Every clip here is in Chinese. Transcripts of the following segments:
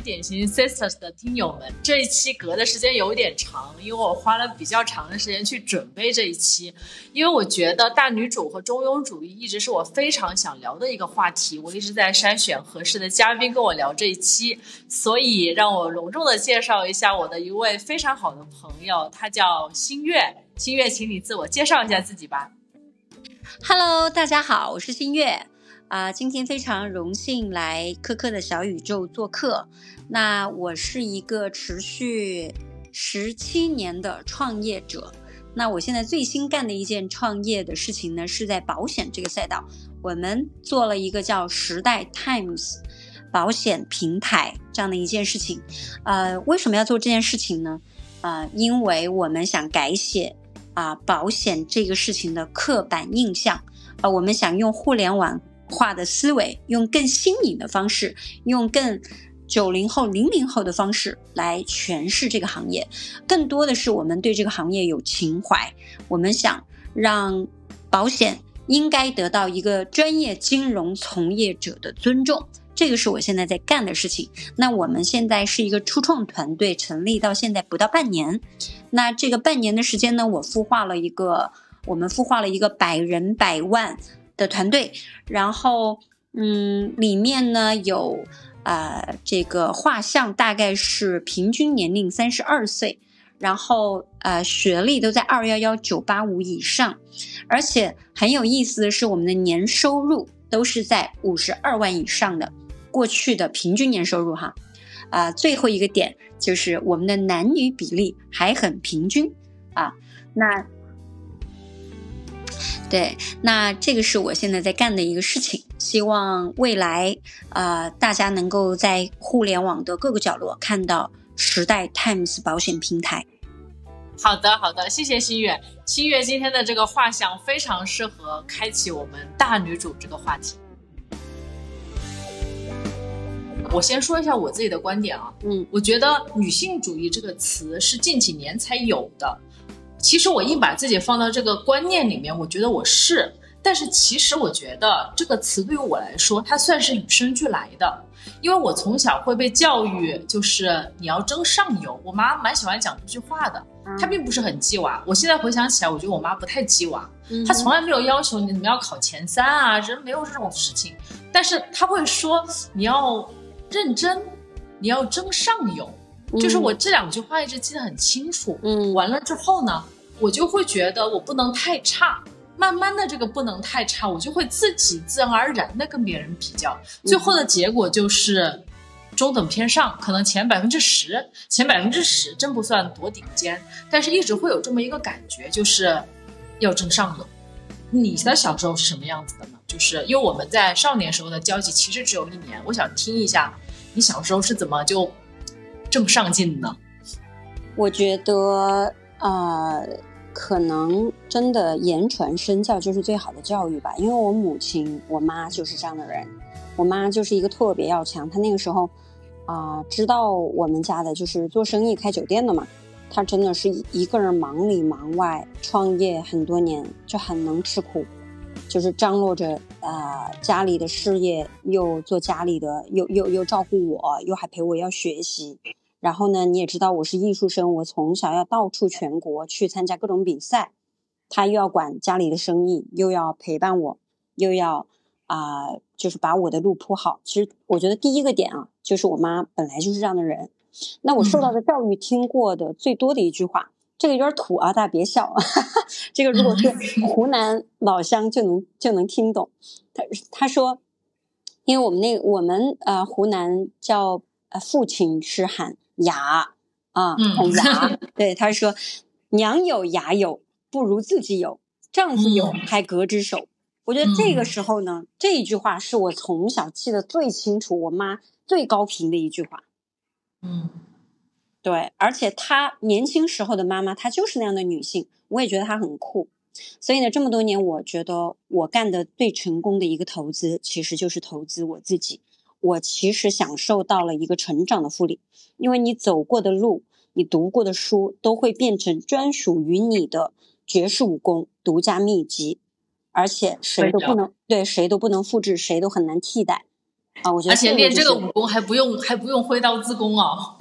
典型 Sisters 的听友们，这一期隔的时间有点长，因为我花了比较长的时间去准备这一期，因为我觉得大女主和中庸主义一直是我非常想聊的一个话题，我一直在筛选合适的嘉宾跟我聊这一期，所以让我隆重的介绍一下我的一位非常好的朋友，他叫新月。新月，请你自我介绍一下自己吧。 Hello， 大家好，我是新月。今天非常荣幸来科科的小宇宙做客。那我是一个持续17年的创业者。那我现在最新干的一件创业的事情呢，是在保险这个赛道，我们做了一个叫时代 Times 保险平台这样的一件事情。为什么要做这件事情呢？因为我们想改写保险这个事情的刻板印象。我们想用互联网化的思维，用更新颖的方式，用更90后、00后的方式来诠释这个行业。更多的是我们对这个行业有情怀，我们想让保险应该得到一个专业金融从业者的尊重。这个是我现在在干的事情。那我们现在是一个初创团队，成立到现在不到半年。那这个半年的时间呢，我们孵化了一个100人100万的团队，然后里面呢有这个画像大概是平均年龄32岁，然后学历都在211、985以上，而且很有意思的是，我们的年收入都是在52万以上的，过去的平均年收入哈。最后一个点就是我们的男女比例还很平均那这个是我现在在干的一个事情，希望未来大家能够在互联网的各个角落看到时代 Times 保险平台。 好的，谢谢新月。新月今天的这个画像非常适合开启我们大女主这个话题。我先说一下我自己的观点啊，我觉得女性主义这个词是近几年才有的。其实我硬把自己放到这个观念里面，我觉得我是，但是其实我觉得这个词对于我来说，它算是与生俱来的。因为我从小会被教育，就是你要争上游。我妈蛮喜欢讲这句话的，她并不是很鸡娃。我现在回想起来，我觉得我妈不太鸡娃，她从来没有要求你怎么要考前3啊，人没有这种事情。但是她会说你要认真，你要争上游。就是我这2句话一直记得很清楚。完了之后呢，我就会觉得我不能太差。慢慢的这个不能太差，我就会自然而然的跟别人比较，最后的结果就是中等偏上，可能前10%真不算多顶尖，但是一直会有这么一个感觉，就是要争上游。你的小时候是什么样子的呢？就是因为我们在少年时候的交集其实只有1年，我想听一下你小时候是怎么就这么上进呢？ 我觉得可能真的言传身教就是最好的教育吧，因为我母亲我妈就是这样的人。我妈就是一个特别要强，她那个时候知道我们家的就是做生意开酒店的嘛，她真的是一个人忙里忙外创业很多年，就很能吃苦，就是张罗着家里的事业，又做家里的，又照顾我，又还陪我要学习。然后呢，你也知道我是艺术生，我从小要到处全国去参加各种比赛，他又要管家里的生意，又要陪伴我，又要就是把我的路铺好。其实我觉得第一个点就是我妈本来就是这样的人。那我受到的教育听过的最多的一句话，这个有点土大家别笑这个如果是湖南老乡就能听懂。他说，因为我们湖南叫父亲是喊牙很牙对，他说娘有牙有不如自己有，丈夫有还隔之手。我觉得这个时候呢，这一句话是我从小记得最清楚，我妈最高频的一句话。对，而且她年轻时候的妈妈，她就是那样的女性，我也觉得她很酷。所以呢，这么多年，我觉得我干的最成功的一个投资，其实就是投资我自己。我其实享受到了一个成长的复利，因为你走过的路，你读过的书，都会变成专属于你的绝世武功、独家秘籍，而且谁都不能复制，谁都很难替代。 啊，我觉得而且练这个武功还不用挥刀自宫啊。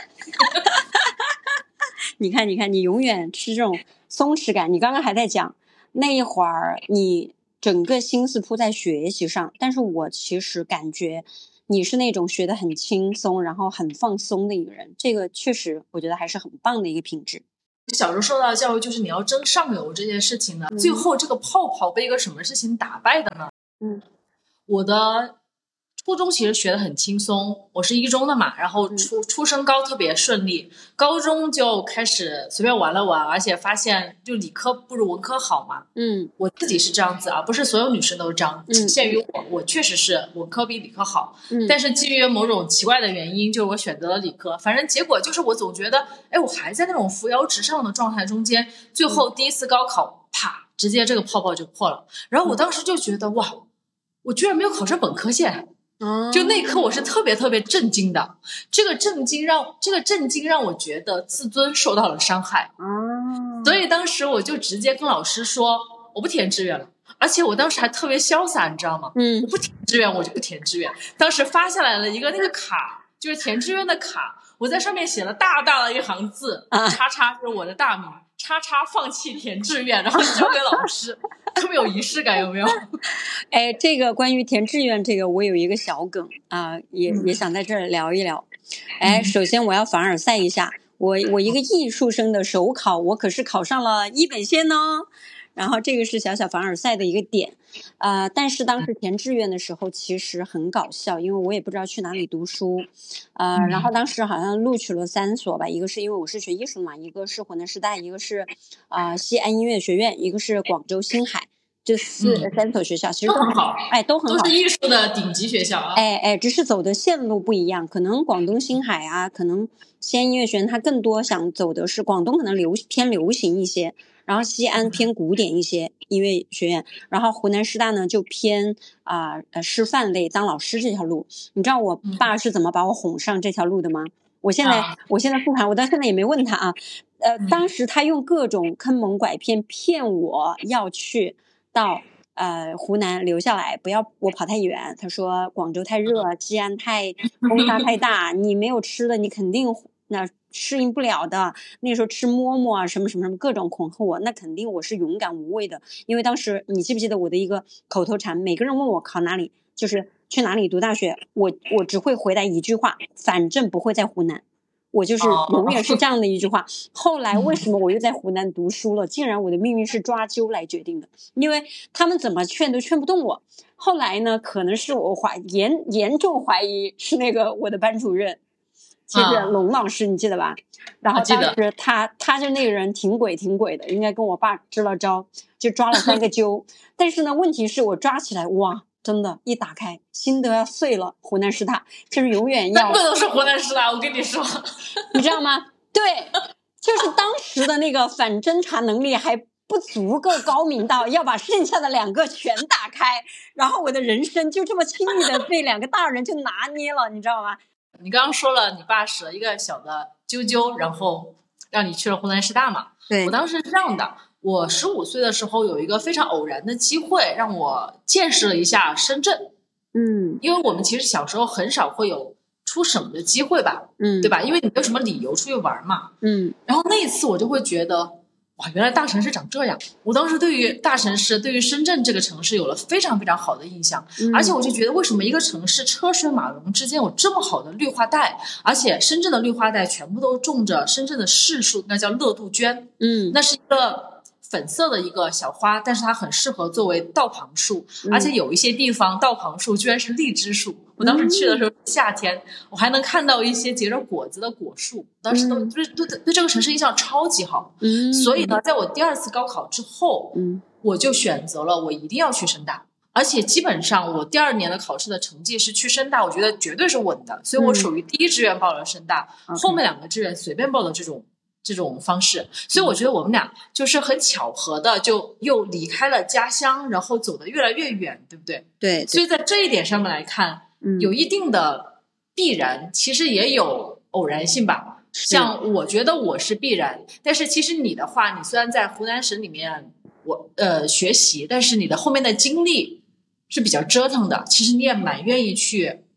你看，你永远吃这种松弛感。你刚刚还在讲那一会儿，你整个心思扑在学习上，但是我其实感觉你是那种学得很轻松，然后很放松的一个人。这个确实，我觉得还是很棒的一个品质。 小时候受到的教育就是你要争上游这件事情呢，最后这个泡泡被一个什么事情打败的呢？我的初中其实学得很轻松，我是一中的嘛，然后初升高特别顺利，高中就开始随便玩了玩，而且发现就理科不如文科好嘛。我自己是这样子啊，不是所有女生都是这样，仅限于我确实是文科比理科好。但是基于某种奇怪的原因，就是我选择了理科，反正结果就是我总觉得，哎，我还在那种扶摇直上的状态中间，最后第一次高考，啪，直接这个泡泡就破了。然后我当时就觉得，哇，我居然没有考上本科线。就那一刻我是特别特别震惊的，这个震惊让我觉得自尊受到了伤害。所以当时我就直接跟老师说我不填志愿了，而且我当时还特别潇洒，你知道吗？我不填志愿我就不填志愿。当时发下来了一个那个卡，就是填志愿的卡，我在上面写了大大的一行字，叉叉是我的大名，叉叉放弃填志愿，然后交给老师。特别有仪式感，有没有？ 哎，这个关于填志愿这个，我有一个小梗啊，也想在这儿聊一聊。哎，首先我要凡尔赛一下，我一个艺术生的首考，我可是考上了一本线呢。然后这个是小小凡尔赛的一个点，但是当时填志愿的时候其实很搞笑，因为我也不知道去哪里读书，然后当时好像录取了3所吧，一个是因为我是学艺术嘛，一个是湖南师大，一个是西安音乐学院，一个是广州星海，这3所学校其实都很好， 哎，都很好， 都是艺术的顶级学校啊。 哎，只是走的线路不一样，可能广东星海啊，可能西安音乐学院它更多想走的是广东可能偏流行一些。然后西安偏古典一些音乐学院，然后湖南师大呢就偏师范类当老师这条路。你知道我爸是怎么把我哄上这条路的吗？我现在复盘，我到现在也没问他啊。当时他用各种坑蒙拐骗骗我要去到湖南留下来，不要我跑太远。他说广州太热，西安风沙太大，你没有吃的，你肯定适应不了的。那时候吃馍馍啊，什么什么什么各种恐吓我，那肯定我是勇敢无畏的。因为当时你记不记得我的一个口头禅？每个人问我考哪里，就是去哪里读大学，我只会回答一句话：反正不会在湖南。我就是永远是这样的一句话。后来为什么我又在湖南读书了？竟然我的命运是抓阄来决定的，因为他们怎么劝都劝不动我。后来呢，可能是我严重怀疑是那个我的班主任。就是龙老师，你记得吧？然后当时他就那个人挺鬼的，应该跟我爸支了招，就抓了3个阄。但是呢，问题是我抓起来，哇，真的，一打开心都要碎了。湖南师大就是永远要， 3个都是湖南师大，我跟你说， 你知道吗？对，就是当时的那个反侦查能力还不足够高明到要把剩下的2个全打开，然后我的人生就这么轻易的被2个大人就拿捏了，你知道吗？ 你刚刚说了你爸使了一个小的啾啾，然后让你去了湖南师大嘛？ 对， 我当时是这样的，我15岁的时候有一个非常偶然的机会，让我见识了一下深圳。因为我们其实小时候很少会有出省的机会吧，对吧？因为你没有什么理由出去玩嘛，然后那一次我就会觉得，哇，原来大城市长这样。我当时对于大城市，对于深圳这个城市有了非常非常好的印象，而且我就觉得为什么一个城市车水马龙之间有这么好的绿化带，而且深圳的绿化带全部都种着深圳的市树，那叫乐杜鹃，那是一个粉色的一个小花，但是它很适合作为道旁树，而且有一些地方道旁树居然是荔枝树。我当时去的时候夏天，我还能看到一些结着果子的果树，当时都对这个城市印象超级好。所以呢，在我第2次高考之后，我就选择了我一定要去深大，而且基本上我第2年的考试的成绩是去深大，我觉得绝对是稳的，所以我属于第1志愿报了深大，后面2个志愿随便报的这种方式。所以我觉得我们俩就是很巧合的就又离开了家乡，然后走得越来越远，对不对？ 对。 所以在这一点上面来看，有一定的必然，其实也有偶然性吧。像我觉得我是必然，但是其实你的话，你虽然在湖南省里面学习，但是你的后面的经历是比较折腾的，其实你也蛮愿意去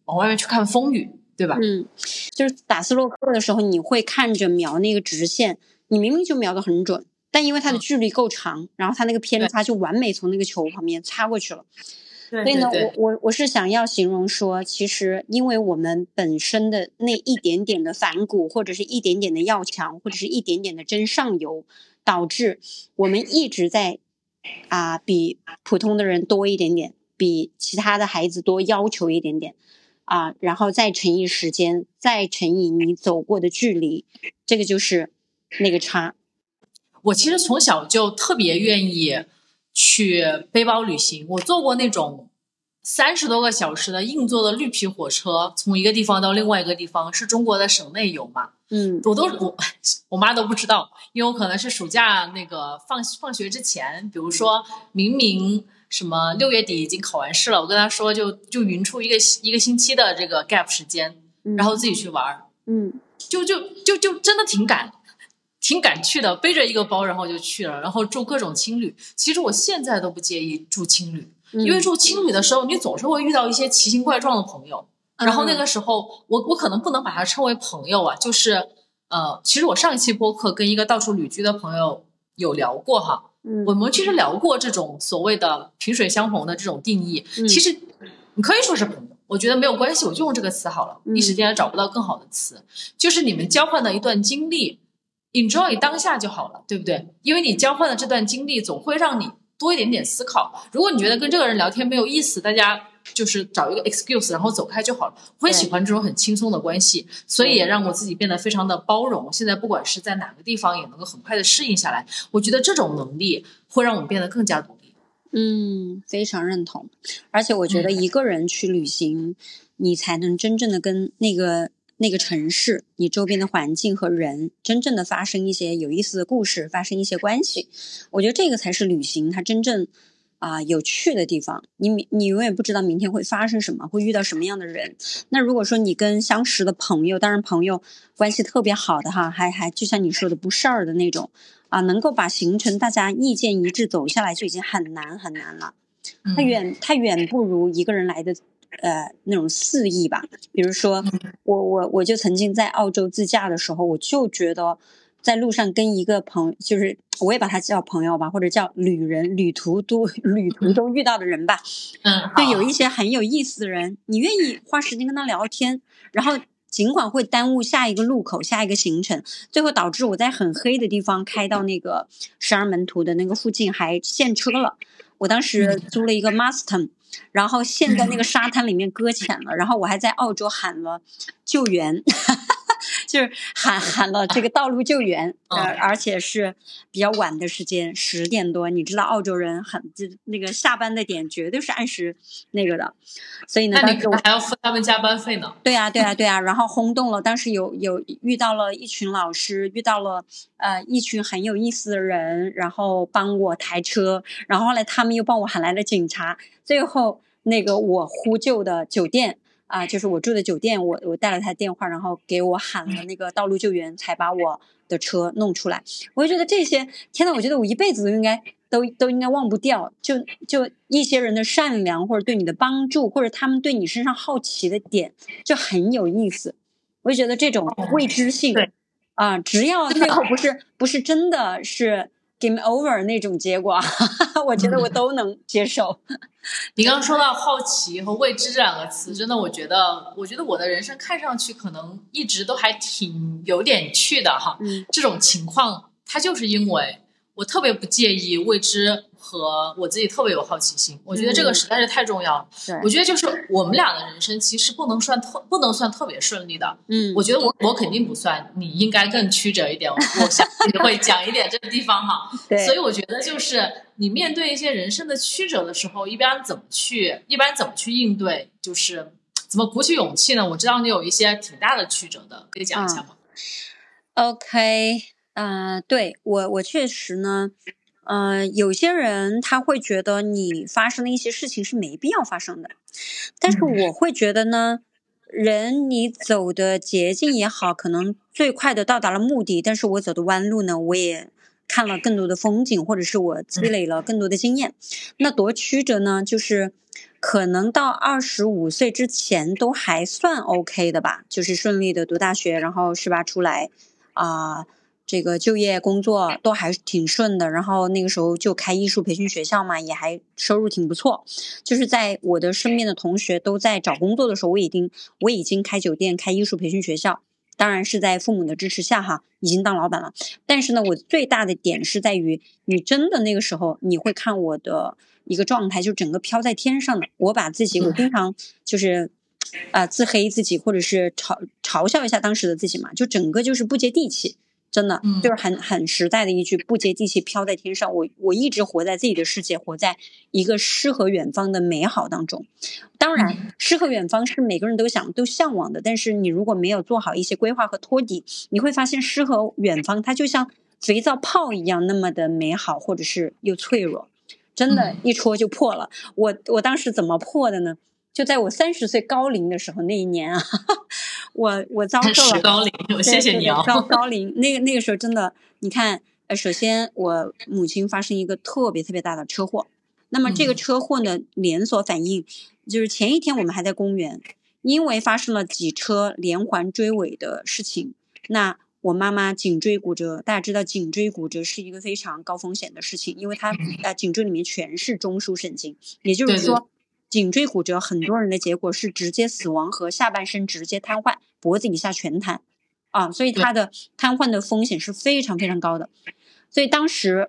往外面去看风雨，对吧？ 就是打斯诺克的时候，你会看着瞄那个直线，你明明就瞄得很准，但因为它的距离够长，然后它那个偏差就完美从那个球旁边擦过去了。 对， 所以呢，我是想要形容说，其实因为我们本身的那一点点的反骨，或者是一点点的要强，或者是一点点的争上游，导致我们一直在比普通的人多一点点，比其他的孩子多要求一点点然后再乘以时间，再乘以你走过的距离，这个就是那个差。 我其实从小就特别愿意去背包旅行，我坐过那种30多个小时的硬座的绿皮火车，从一个地方到另外一个地方，是中国的省内游嘛。我妈都不知道，因为我可能是暑假那个放学之前，比如说明明什么6月底已经考完试了，我跟她说就匀出一个星期的这个 gap 时间，然后自己去玩。就真的挺敢去的，背着一个包然后就去了，然后住各种青旅。其实我现在都不介意住青旅，因为住青旅的时候你总是会遇到一些奇形怪状的朋友，然后那个时候我可能不能把它称为朋友就是其实我上一期播客跟一个到处旅居的朋友有聊过哈，我们其实聊过这种所谓的萍水相逢的这种定义，其实你可以说是朋友，我觉得没有关系，我就用这个词好了，一时间也找不到更好的词，就是你们交换的一段经历，enjoy 当下就好了，对不对？因为你交换的这段经历总会让你多一点点思考，如果你觉得跟这个人聊天没有意思，大家就是找一个 excuse 然后走开就好了。我很喜欢这种很轻松的关系，所以也让我自己变得非常的包容，现在不管是在哪个地方也能够很快的适应下来，我觉得这种能力会让我们变得更加独立。 非常认同。而且我觉得一个人去旅行，你才能真正的跟那个城市，你周边的环境和人真正的发生一些有意思的故事，发生一些关系。我觉得这个才是旅行它真正有趣的地方。你永远不知道明天会发生什么，会遇到什么样的人。那如果说你跟相识的朋友，当然朋友关系特别好的哈，还就像你说的不事儿的那种能够把行程大家意见一致走下来就已经很难很难了。它远不如一个人来的那种肆意吧。比如说我就曾经在澳洲自驾的时候，我就觉得在路上跟一个朋友，就是我也把他叫朋友吧，或者叫旅途中遇到的人吧，就有一些很有意思的人，你愿意花时间跟他聊天，然后尽管会耽误下一个路口下一个行程，最后导致我在很黑的地方开到那个十二门徒的那个附近还陷车了。我当时租了一个 Mustang， 然后陷在那个沙滩里面搁浅了，然后我还在澳洲喊了救援就是喊了这个道路救援，而且是比较晚的时间，10点多，你知道澳洲人那个下班的点绝对是按时那个的，所以呢， 那你还要付他们加班费呢。 对啊，然后轰动了，当时有遇到了一群老师，遇到了一群很有意思的人，然后帮我抬车，然后后来他们又帮我喊来了警察，最后那个我呼救的酒店就是我住的酒店，我带了他电话，然后给我喊了那个道路救援，才把我的车弄出来。我就觉得这些，天哪，我觉得我一辈子都应该忘不掉。就一些人的善良，或者对你的帮助，或者他们对你身上好奇的点，就很有意思。我就觉得这种未知性只要最后不是真的是 game over 那种结果我觉得我都能接受。 你刚刚说到好奇和未知这2个词，真的我觉得我的人生看上去可能一直都还挺有点趣的哈。这种情况它就是因为我特别不介意未知和我自己特别有好奇心，我觉得这个实在是太重要了。我觉得就是我们俩的人生其实不能算特别顺利的。我觉得我肯定不算，你应该更曲折一点，我相信你会讲一点这个地方哈。所以我觉得就是你面对一些人生的曲折的时候，一般怎么去应对，就是怎么鼓起勇气呢？我知道你有一些挺大的曲折的，可以讲一下吗 ？OK，对，我确实呢，有些人他会觉得你发生的一些事情是没必要发生的，但是我会觉得呢，人你走的捷径也好，可能最快的到达了目的，但是我走的弯路呢，我也看了更多的风景，或者是我积累了更多的经验。那多曲折呢，就是可能到25岁之前都还算 OK 的吧，就是顺利的读大学，然后18出来这个就业工作都还挺顺的，然后那个时候就开艺术培训学校嘛，也还收入挺不错。就是在我的身边的同学都在找工作的时候，我已经开酒店、开艺术培训学校，当然是在父母的支持下哈，已经当老板了。但是呢，我最大的点是在于，你真的那个时候你会看我的一个状态，就整个飘在天上的。我把自己，我经常就是自黑自己，或者是嘲笑一下当时的自己嘛，就整个就是不接地气。真的就是很实在的一句，不接地气，飘在天上。我一直活在自己的世界，活在一个诗和远方的美好当中。当然，诗和远方是每个人都向往的，但是你如果没有做好一些规划和托底，你会发现诗和远方它就像肥皂泡一样那么的美好，或者是又脆弱，真的一戳就破了。我当时怎么破的呢？就在我30岁高龄的时候，那一年啊，我遭受了高龄，谢谢你啊！ 高龄那个时候真的，你看，首先我母亲发生一个特别特别大的车祸，那么这个车祸呢，连锁反应就是前一天我们还在公园，因为发生了几车连环追尾的事情，那我妈妈颈椎骨折，大家知道颈椎骨折是一个非常高风险的事情，因为它颈椎里面全是中枢神经，也就是说。对对，颈椎骨折很多人的结果是直接死亡和下半身直接瘫痪，脖子以下全瘫所以它的瘫痪的风险是非常非常高的。所以当时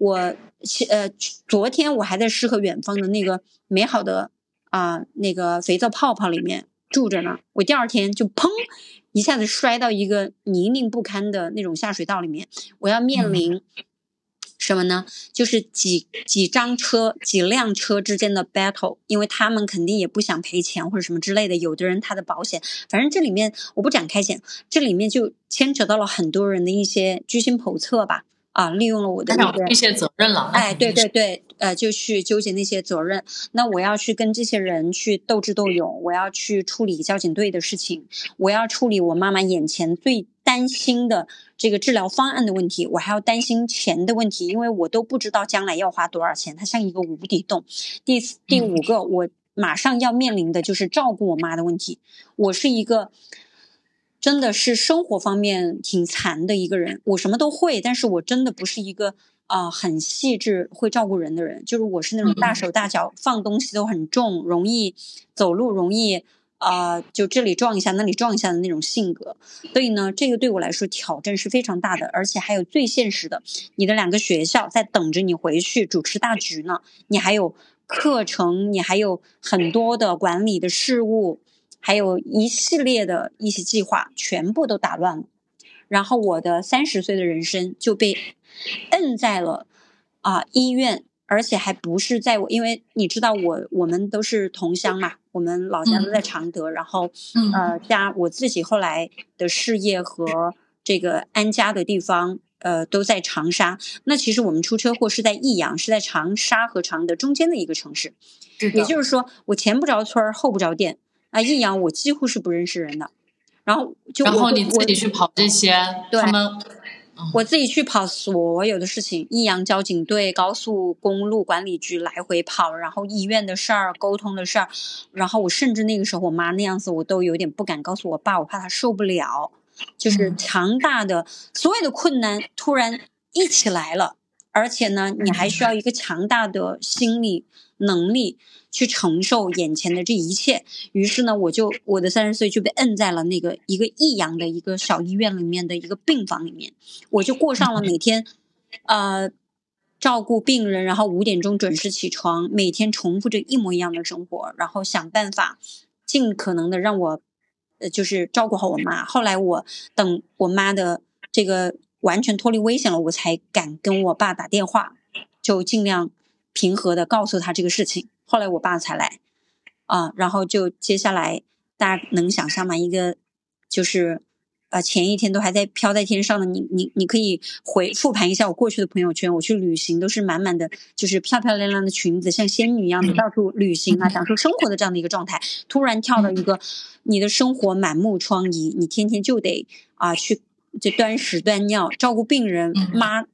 昨天我还在诗和远方的那个美好的那个肥皂泡泡里面住着呢，我第二天就砰一下子摔到一个泥泞不堪的那种下水道里面，我要面临什么呢？就是几辆车之间的 battle， 因为他们肯定也不想赔钱或者什么之类的。有的人他的保险，反正这里面我不展开讲，这里面就牵扯到了很多人的一些居心叵测吧。利用了我的一些责任了。 对对对，就去纠结那些责任。那我要去跟这些人去斗智斗勇，我要去处理交警队的事情，我要处理我妈妈眼前最担心的这个治疗方案的问题，我还要担心钱的问题，因为我都不知道将来要花多少钱，它像一个无底洞。第5个，我马上要面临的就是照顾我妈的问题。我是一个真的是生活方面挺残的一个人，我什么都会，但是我真的不是一个很细致会照顾人的人，就是我是那种大手大脚，放东西都很重，容易走路容易就这里撞一下那里撞一下的那种性格。所以呢，这个对我来说挑战是非常大的，而且还有最现实的，你的2个学校在等着你回去主持大局呢，你还有课程，你还有很多的管理的事务，还有一系列的一些计划全部都打乱了。然后我的30岁的人生就被摁在了医院，而且还不是在因为你知道我们都是同乡嘛，我们老家都在常德，然后我自己后来的事业和这个安家的地方都在长沙。那其实我们出车祸是在益阳，是在长沙和常德中间的一个城市，也就是说我前不着村后不着店益阳我几乎是不认识人的。然后你自己去跑这些，他们我自己去跑所有的事情，益阳交警队、高速公路管理局来回跑，然后医院的事儿、沟通的事儿，然后我甚至那个时候我妈那样子我都有点不敢告诉我爸，我怕他受不了。就是强大的所有的困难突然一起来了，而且呢你还需要一个强大的心理能力去承受眼前的这一切。于是呢我的30岁就被摁在了那个一个益阳的一个小医院里面的一个病房里面，我就过上了每天照顾病人，然后5点钟准时起床，每天重复着一模一样的生活，然后想办法尽可能的让我就是照顾好我妈。后来我等我妈的这个完全脱离危险了，我才敢跟我爸打电话，就尽量平和的告诉他这个事情。后来我爸才来然后就接下来大家能想象吗？一个就是前一天都还在飘在天上的你可以复盘一下我过去的朋友圈，我去旅行都是满满的就是漂漂亮亮的裙子，像仙女一样的到处旅行享受生活的这样的一个状态，突然跳到一个你的生活满目疮痍，你天天就得去就端屎端尿照顾病人，妈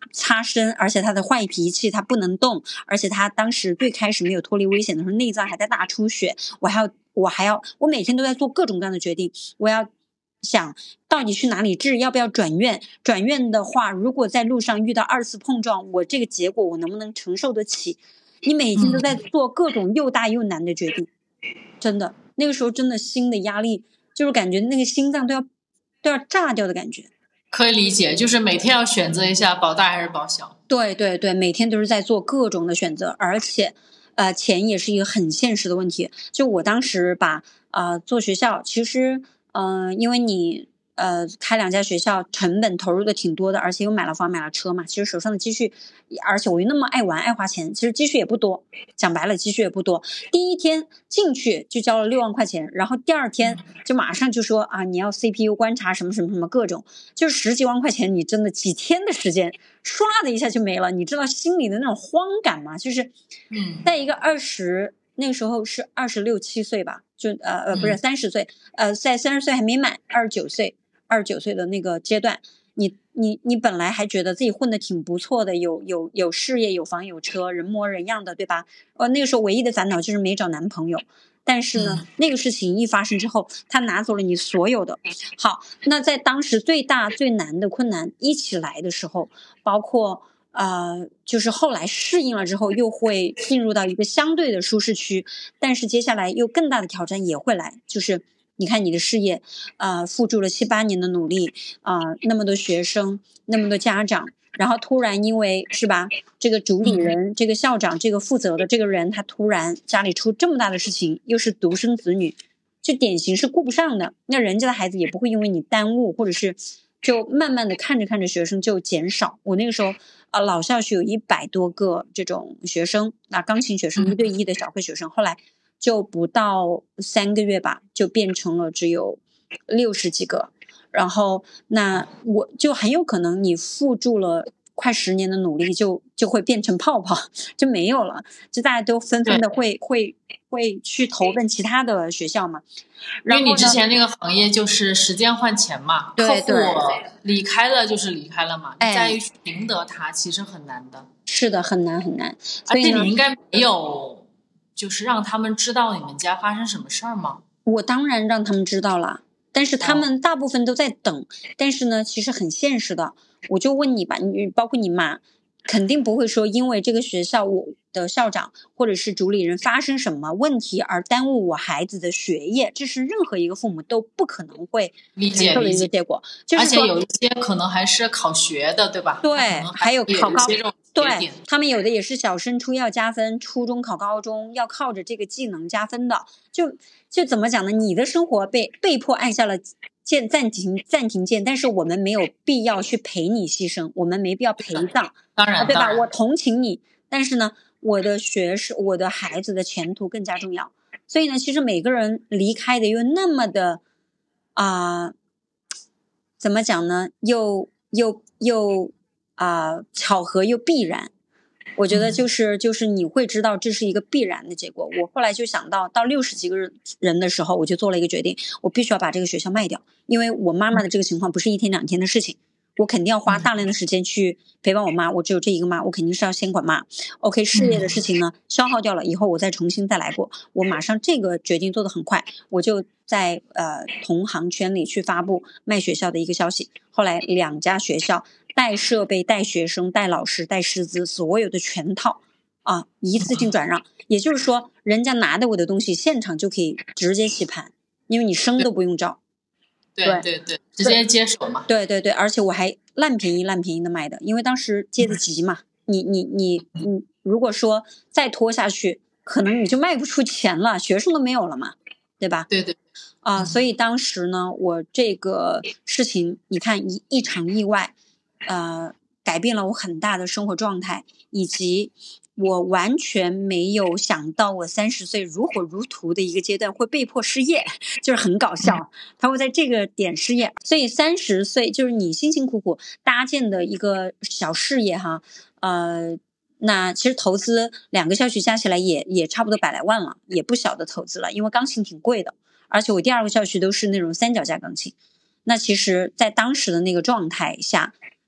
擦身，而且他的坏脾气，他不能动，而且他当时最开始没有脱离危险的时候，内脏还在大出血，我每天都在做各种各样的决定，我要想到底去哪里治，要不要转院？转院的话，如果在路上遇到2次碰撞，我这个结果我能不能承受得起？你每天都在做各种又大又难的决定，真的，那个时候真的心的压力，就是感觉那个心脏都要炸掉的感觉。 可以理解，就是每天要选择一下保大还是保小。 对对对，每天都是在做各种的选择，而且钱也是一个很现实的问题。就我当时把做学校，其实因为你开2家学校成本投入的挺多的，而且又买了房买了车嘛，其实手上的积蓄，而且我又那么爱玩爱花钱，其实积蓄也不多，讲白了积蓄也不多。第一天进去就交了6万块钱，然后第2天就马上就说你要 CPU 观察什么什么什么各种，就是10几万块钱，你真的几天的时间唰的一下就没了，你知道心里的那种慌感吗？就是在一个那个时候是26、27岁吧，就不是30岁，在30岁还没满，29岁的那个阶段，你本来还觉得自己混得挺不错的，有事业，有房有车，人模人样的，对吧？那个时候唯一的烦恼就是没找男朋友。但是呢，那个事情一发生之后，他拿走了你所有的。好，那在当时最大最难的困难一起来的时候，包括就是后来适应了之后，又会进入到一个相对的舒适区，但是接下来又更大的挑战也会来，就是你看你的事业，付诸了7、8年的努力，那么多学生，那么多家长。然后突然因为是吧，这个主理人、这个校长、这个负责的这个人，他突然家里出这么大的事情，又是独生子女，就典型是顾不上的。那人家的孩子也不会因为你耽误，或者是就慢慢的看着学生就减少。我那个时候老校区有100多个这种学生，那钢琴学生1对1的小课学生，后来就不到3个月吧，就变成了只有60几个。然后那我就很有可能你付诸了快10年的努力就会变成泡泡，就没有了，就大家都纷纷的会去投奔其他的学校嘛。 因为你之前那个行业就是时间换钱嘛， 对对， 客户离开了就是离开了嘛，你再去赢得它其实很难的。 是的，很难很难。 而且你应该没有就是让他们知道你们家发生什么事儿吗？ 我当然让他们知道了，但是他们大部分都在等。但是呢，其实很现实的，我就问你吧，你包括你妈，肯定不会说因为这个学校我的校长或者是主理人发生什么问题而耽误我孩子的学业，这是任何一个父母都不可能会承受的一个结果。 而且有一些可能还是考学的，对吧？ 对，还有考高， 对， 他们有的也是小升初要加分，初中考高中要靠着这个技能加分的。就怎么讲呢？你的生活被迫按下了暂停键，但是我们没有必要去陪你牺牲，我们没必要陪葬， 当然， 对吧？我同情你，但是呢，我的孩子的前途更加重要。所以呢，其实每个人离开的又那么的怎么讲呢？又巧合又必然。我觉得就是你会知道这是一个必然的结果。我后来就想到60几个人的时候，我就做了一个决定，我必须要把这个学校卖掉，因为我妈妈的这个情况不是1天2天的事情，我肯定要花大量的时间去陪伴我妈，我只有这一个妈，我肯定是要先管妈。OK， 事业的事情呢消耗掉了以后，我再重新再来过。我马上这个决定做得很快，我就在同行圈里去发布卖学校的一个消息。后来2家学校带设备、带学生、带老师、带师资，所有的全套一次性转让。也就是说，人家拿的我的东西，现场就可以直接起盘，因为你生都不用招。 对，直接接手嘛。 对，而且我还烂便宜的卖的，因为当时接得急嘛。你如果说再拖下去，可能你就卖不出钱了，学生都没有了嘛，对吧？ 对。 所以当时呢，我这个事情，你看一场意外，改变了我很大的生活状态，以及我完全没有想到我30岁如火如荼的一个阶段会被迫失业，就是很搞笑，他会在这个点失业。所以30岁就是你辛辛苦苦搭建的一个小事业哈，那其实投资2个校区加起来也差不多100来万了，也不小的投资了，因为钢琴挺贵的，而且我第2个校区都是那种3脚架钢琴。那其实在当时的那个状态下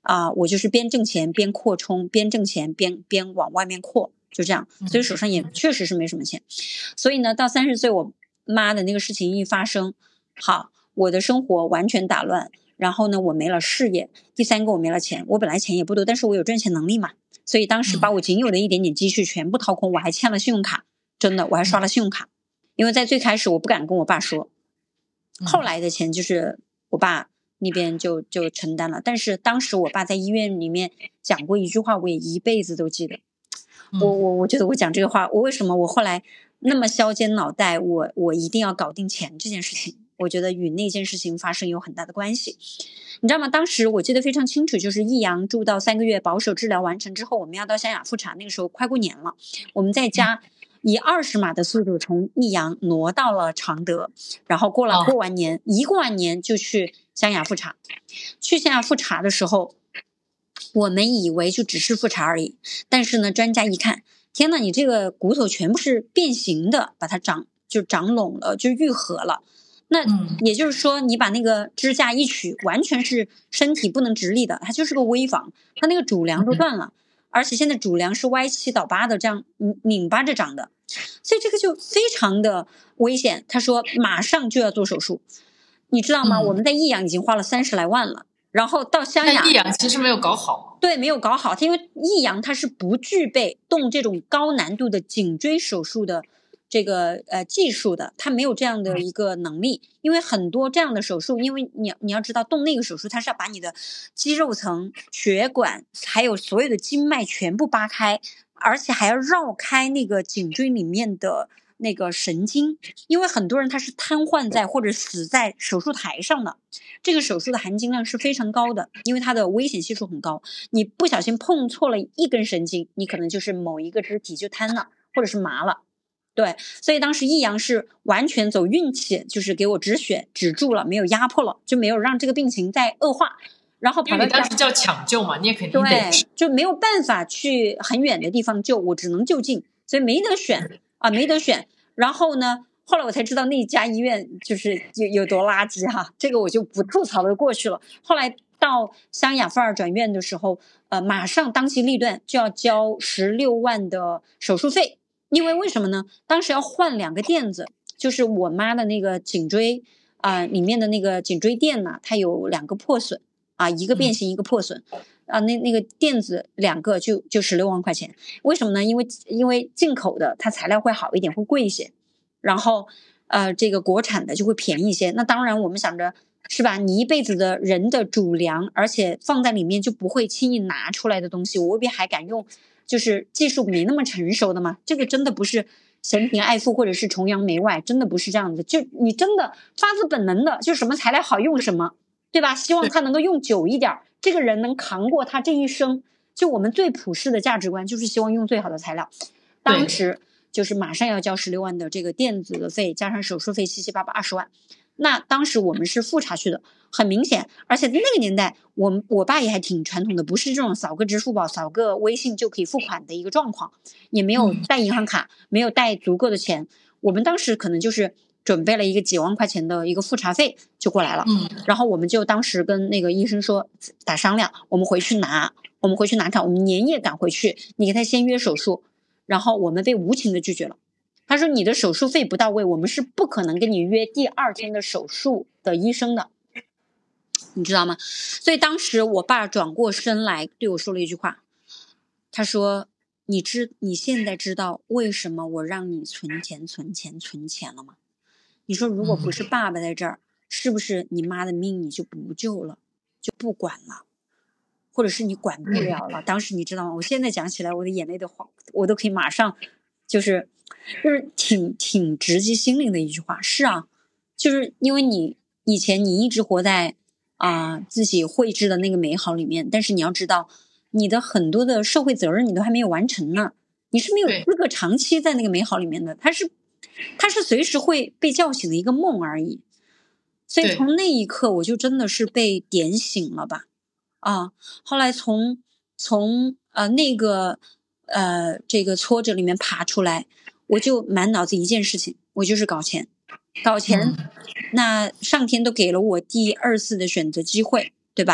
我就是边挣钱边扩充，边挣钱边往外面扩，就这样，所以手上也确实是没什么钱。所以呢，到30岁我妈的那个事情一发生，好，我的生活完全打乱，然后呢我没了事业，第三个我没了钱，我本来钱也不多，但是我有赚钱能力嘛，所以当时把我仅有的一点点积蓄全部掏空，我还欠了信用卡，真的我还刷了信用卡，因为在最开始我不敢跟我爸说，后来的钱就是我爸那边就承担了，但是当时我爸在医院里面讲过一句话，我也一辈子都记得。我觉得我讲这个话，我为什么我后来那么削尖脑袋，我一定要搞定钱这件事情，我觉得与那件事情发生有很大的关系。你知道吗？当时我记得非常清楚，就是益阳住到3个月保守治疗完成之后，我们要到湘雅复查，那个时候快过年了，我们在家以20码的速度从益阳挪到了常德，然后过完年，一过完年就去湘雅复查。去湘雅复查的时候，我们以为就只是复查而已，但是呢，专家一看，天哪，你这个骨头全部是变形的，把它长拢了，就愈合了。那也就是说，你把那个支架一取，完全是身体不能直立的，它就是个危房，它那个主梁都断了，而且现在主梁是歪七倒八的这样拧巴着长的，所以这个就非常的危险。他说马上就要做手术，你知道吗？我们在益阳已经花了30来万了。然后到湘雅， 益阳其实没有搞好， 对，没有搞好，因为益阳它是不具备动这种高难度的颈椎手术的这个技术的，它没有这样的一个能力。因为很多这样的手术，因为你要知道，动那个手术它是要把你的肌肉层、血管还有所有的经脉全部扒开，而且还要绕开那个颈椎里面的那个神经，因为很多人他是瘫痪在或者死在手术台上的，这个手术的含金量是非常高的，因为它的危险系数很高，你不小心碰错了一根神经，你可能就是某一个肢体就瘫了或者是麻了。对，所以当时益阳是完全走运气，就是给我止血止住了，没有压迫了，就没有让这个病情再恶化。然后因为你当时叫抢救嘛，你也肯定得对，就没有办法去很远的地方救，我只能就近，所以没得选。然后呢，后来我才知道那家医院就是有多垃圾哈，这个我就不吐槽的过去了。后来到湘雅妇儿转院的时候，马上当机立断就要交16万的手术费，因为什么呢？当时要换2个垫子，就是我妈的那个颈椎里面的那个颈椎垫呢，它有2个破损一个变形一个破损。那个垫子2个就16万块钱，为什么呢？因为进口的它材料会好一点，会贵一些，然后这个国产的就会便宜一些。那当然我们想着是吧，你一辈子的人的主梁，而且放在里面就不会轻易拿出来的东西，我未必还敢用，就是技术没那么成熟的嘛。这个真的不是嫌贫爱富或者是崇洋媚外，真的不是这样的，就你真的发自本能的，就什么材料好用什么，对吧？希望它能够用久一点，这个人能扛过他这一生。就我们最普世的价值观就是希望用最好的材料。当时就是马上要交16万的这个电子的费，加上手术费七七八八20万。那当时我们是复查去的，很明显，而且那个年代我爸也还挺传统的，不是这种扫个支付宝扫个微信就可以付款的一个状况，也没有带银行卡，没有带足够的钱。我们当时可能就是准备了一个几万块钱的一个复查费就过来了。然后我们就当时跟那个医生说打商量，我们回去拿看，我们连夜赶回去，你给他先约手术。然后我们被无情的拒绝了，他说你的手术费不到位，我们是不可能跟你约第2天的手术的医生的，你知道吗？所以当时我爸转过身来对我说了一句话，他说你现在知道为什么我让你存钱了吗？你说如果不是爸爸在这儿，是不是你妈的命你就不救了，就不管了，或者是你管不了了？当时你知道吗？我现在讲起来我的眼泪我都可以马上就是挺直击心灵的一句话。是啊，就是因为你以前你一直活在自己绘制的那个美好里面，但是你要知道你的很多的社会责任你都还没有完成呢，你是没有资格长期在那个美好里面的，它是随时会被叫醒的一个梦而已。所以从那一刻我就真的是被点醒了吧。后来从那个这个挫折里面爬出来，我就满脑子一件事情，我就是搞钱。那上天都给了我第2次的选择机会，对吧？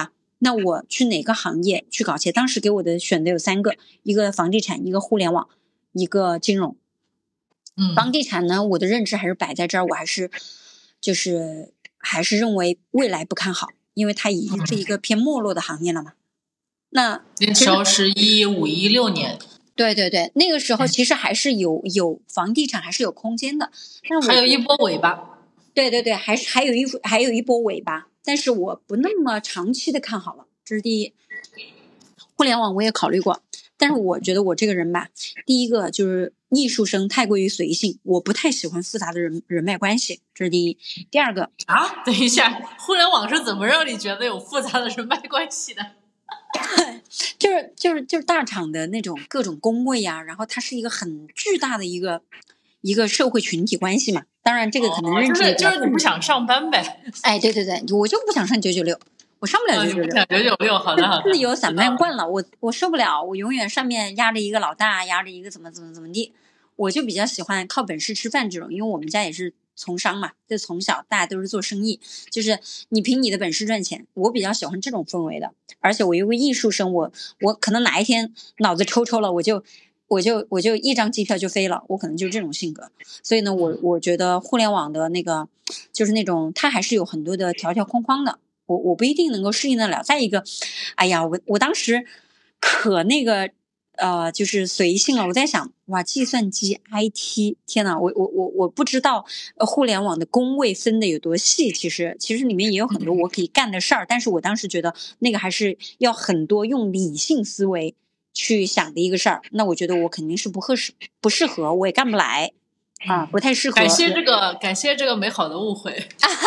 那我去哪个行业去搞钱？当时给我的选的有3个，一个房地产，一个互联网，一个金融。房地产呢，我的认知还是摆在这儿，我还是认为未来不看好，因为它已经是一个偏没落的行业了嘛。那那时候是15、16年。 对对对，那个时候其实还是有房地产还是有空间的，但是还有一波尾巴。 对对对，还有一波尾巴，但是我不那么长期的看好了，这是第一。互联网我也考虑过，但是我觉得我这个人吧，第一个就是艺术生太过于随性，我不太喜欢复杂的人脉关系，这是第一。第二个等一下，互联网是怎么让你觉得有复杂的人脉关系的？ 就是大厂的那种各种工位啊，然后它是一个很巨大的一个社会群体关系嘛。当然这个可能认知就是你不想上班呗。 哎，对对对，我就不想上996，我上不了996。 996，好的好的。 自由散漫惯了，我受不了，我永远上面压着一个老大，压着一个怎么地。我就比较喜欢靠本事吃饭这种，因为我们家也是从商嘛，就从小大家都是做生意，就是你凭你的本事赚钱，我比较喜欢这种氛围的。而且我有个艺术生，我可能哪一天脑子抽了，我就一张机票就飞了，我可能就是这种性格。所以呢，我觉得互联网的那个就是那种它还是有很多的条条框框的，我不一定能够适应得了。再一个，哎呀，我当时可那个就是随性了。我在想，哇，计算机 IT， 天哪，我不知道互联网的工位分的有多细。其实里面也有很多我可以干的事儿，但是我当时觉得那个还是要很多用理性思维去想的一个事儿。那我觉得我肯定是不适合，我也干不来啊，不太适合。 感谢这个美好的误会。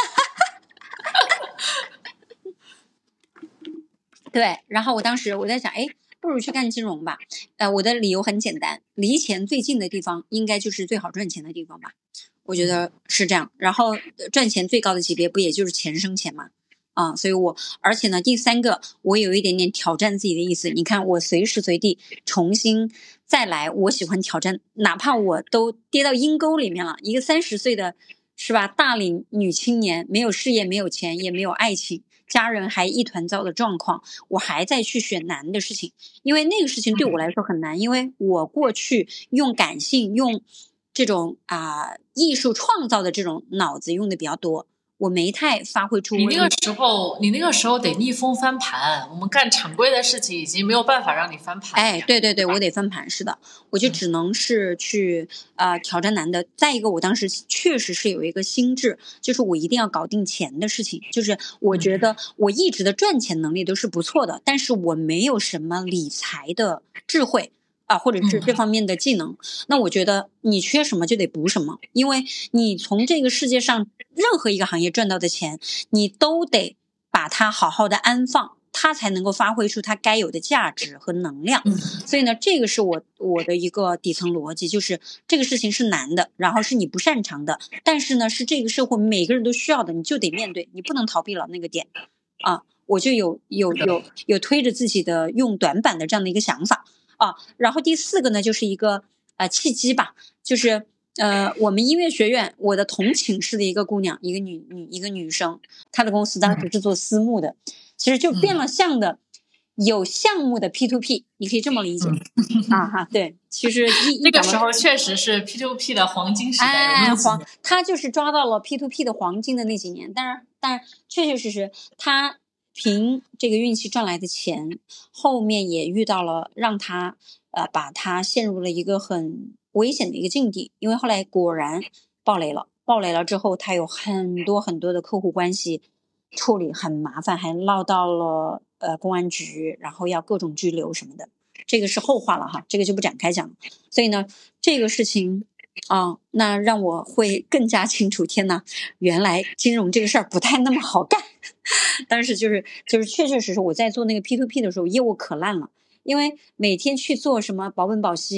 对，然后我当时我在想，哎，不如去干金融吧。我的理由很简单，离钱最近的地方应该就是最好赚钱的地方吧，我觉得是这样。然后赚钱最高的级别不也就是钱生钱嘛？所以而且呢，第三个我有一点点挑战自己的意思。你看，我随时随地重新再来，我喜欢挑战，哪怕我都跌到阴沟里面了，一个30岁的是吧大龄女青年，没有事业，没有钱，也没有爱情，家人还一团糟的状况，我还在去选难的事情，因为那个事情对我来说很难，因为我过去用感性，用这种艺术创造的这种脑子用的比较多，我没太发挥出。 你那个时候得逆风翻盘，我们干常规的事情已经没有办法让你翻盘。 哎，对对对，我得翻盘，是的，我就只能是去挑战难的。再一个，我当时确实是有一个心智，就是我一定要搞定钱的事情。就是我觉得我一直的赚钱能力都是不错的，但是我没有什么理财的智慧或者是这方面的技能。那我觉得你缺什么就得补什么，因为你从这个世界上任何一个行业赚到的钱，你都得把它好好的安放，它才能够发挥出它该有的价值和能量。所以呢，这个是我的一个底层逻辑，就是这个事情是难的，然后是你不擅长的，但是呢，是这个社会每个人都需要的，你就得面对，你不能逃避了那个点我就有推着自己的用短板的这样的一个想法然后第4个呢，就是一个契机吧，就是我们音乐学院我的同寝室的一个姑娘，一个女生，她的公司当时是做私募的，其实就变了相的有项目的 P2P， 你可以这么理解对，其实那个时候确实是 P2P 的黄金时代， 他就是抓到了 P2P 的黄金的那几年，但确确实实他凭这个运气赚来的钱，后面也遇到了让他把他陷入了一个很危险的一个境地，因为后来果然爆雷了之后，他有很多很多的客户关系处理很麻烦，还闹到了公安局，然后要各种拘留什么的，这个是后话了哈，这个就不展开讲了。所以呢，这个事情那让我会更加清楚，天哪，原来金融这个事儿不太那么好干。当时就是确确实实我在做那个 P2P 的时候，业务可烂了，因为每天去做什么保本保息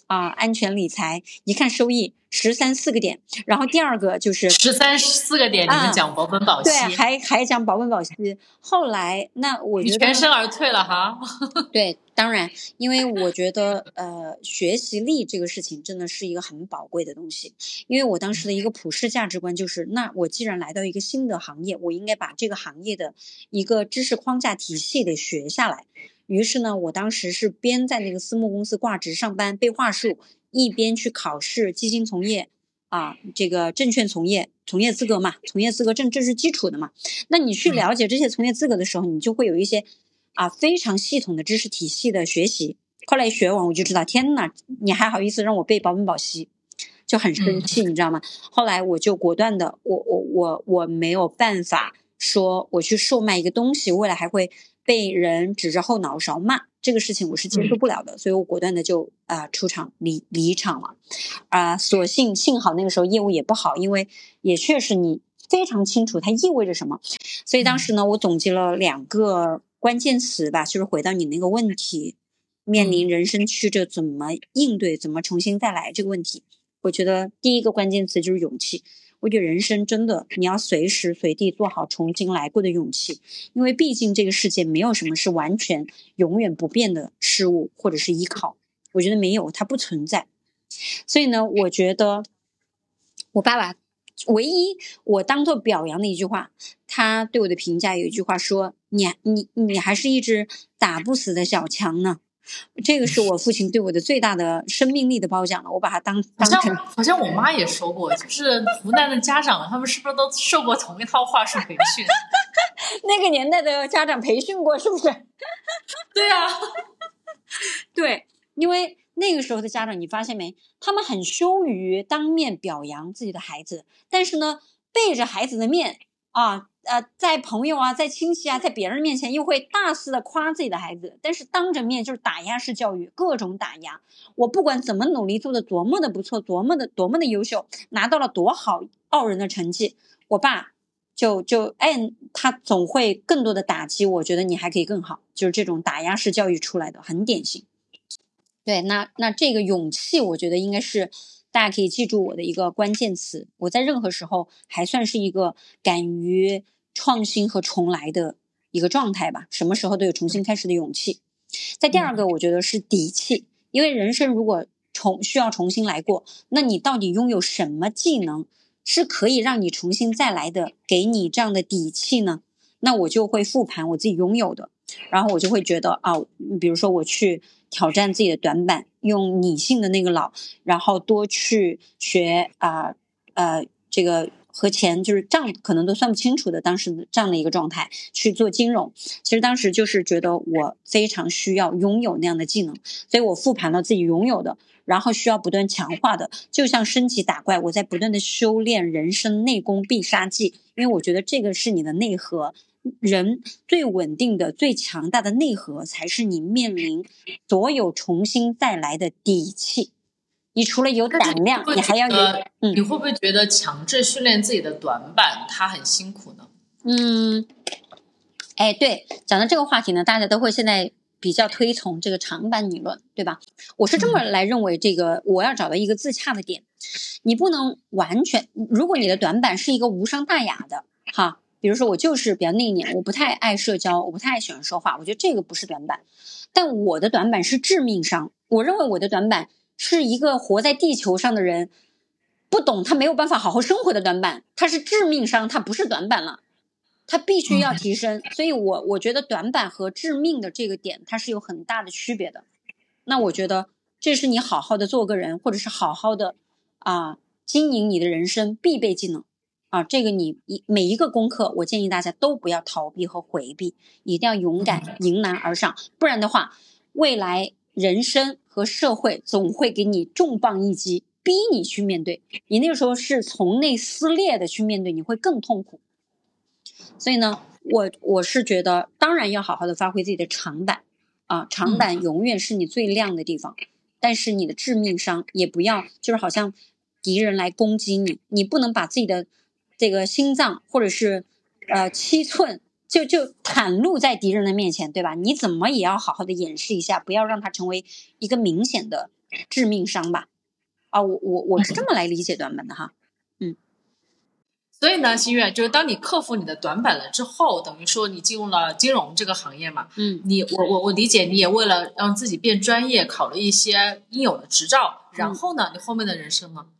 安全理财，一看收益13.4个点，然后第二个就是 13.4个点，你们讲保本保息， 对，还讲保本保息。后来那我觉得你全身而退了哈。 对，当然，因为我觉得学习力这个事情真的是一个很宝贵的东西。因为我当时的一个普世价值观就是，那我既然来到一个新的行业，我应该把这个行业的一个知识框架体系得学下来。于是呢，我当时是边在那个私募公司挂职上班背话术，一边去考试基金从业这个证券从业资格嘛，从业资格证这是基础的嘛。那你去了解这些从业资格的时候，你就会有一些非常系统的知识体系的学习。后来学完我就知道，天哪，你还好意思让我背保本保息，就很生气，你知道吗？后来我就果断的，我没有办法说我去售卖一个东西，未来还会被人指着后脑勺骂，这个事情我是接受不了的，所以我果断的就出场离场了。所幸好那个时候业务也不好，因为也确实你非常清楚它意味着什么。所以当时呢，我总结了2个关键词吧，就是回到你那个问题，面临人生曲折怎么应对，怎么重新再来这个问题。我觉得第一个关键词就是勇气。我觉得人生真的你要随时随地做好重新来过的勇气，因为毕竟这个世界没有什么是完全永远不变的事物或者是依靠，我觉得没有，它不存在。所以呢，我觉得我爸爸唯一我当做表扬的一句话，他对我的评价有一句话说，你还是一只打不死的小强呢。这个是我父亲对我的最大的生命力的褒奖了，我把它当成。 好像我妈也说过，就是湖南的家长他们是不是都受过同一套话术培训？ 那个年代的家长培训过是不是？ 对啊， 对，因为那个时候的家长你发现没，他们很羞于当面表扬自己的孩子，但是呢背着孩子的面在朋友在亲戚在别人面前又会大肆的夸自己的孩子，但是当着面就是打压式教育，各种打压。我不管怎么努力，做的多么的不错，多么的优秀，拿到了多好傲人的成绩，我爸他总会更多的打击，我觉得你还可以更好，就是这种打压式教育出来的，很典型。对，那这个勇气，我觉得应该是大家可以记住我的一个关键词。我在任何时候还算是一个敢于创新和重来的一个状态吧，什么时候都有重新开始的勇气。在第二个，我觉得是底气，因为人生如果需要重新来过，那你到底拥有什么技能是可以让你重新再来的，给你这样的底气呢？那我就会复盘我自己拥有的，然后我就会觉得比如说我去挑战自己的短板，用拟性的那个脑，然后多去学这个和钱就是账可能都算不清楚的当时这样的一个状态去做金融。其实当时就是觉得我非常需要拥有那样的技能，所以我复盘了自己拥有的，然后需要不断强化的，就像升级打怪，我在不断的修炼人生内功必杀技，因为我觉得这个是你的内核，人最稳定的最强大的内核才是你面临所有重新再来的底气。你除了有胆量，你还要有你会不会觉得强制训练自己的短板它很辛苦呢？ 对，讲到这个话题呢，大家都会现在比较推崇这个长板理论，对吧？我是这么来认为，这个我要找到一个自洽的点，你不能完全，如果你的短板是一个无伤大雅的比如说我就是比较内敛，我不太爱社交，我不太喜欢说话，我觉得这个不是短板。但我的短板是致命伤，我认为我的短板是一个活在地球上的人不懂他没有办法好好生活的短板，它是致命伤，它不是短板了，它必须要提升。所以我觉得短板和致命的这个点它是有很大的区别的。那我觉得这是你好好的做个人，或者是好好的经营你的人生必备技能这个你每一个功课，我建议大家都不要逃避和回避，一定要勇敢迎难而上，不然的话，未来人生和社会总会给你重磅一击，逼你去面对，你那个时候是从内撕裂的去面对，你会更痛苦。所以呢，我是觉得当然要好好的发挥自己的长板长板永远是你最亮的地方，但是你的致命伤也不要就是好像敌人来攻击你，你不能把自己的这个心脏或者是7寸就袒露在敌人的面前，对吧？你怎么也要好好的掩饰一下，不要让它成为一个明显的致命伤吧。我是这么来理解短板的哈。 所以呢，心月，就是当你克服你的短板了之后，等于说你进入了金融这个行业嘛，我理解你也为了让自己变专业，考了一些应有的执照，然后呢，你后面的人生呢？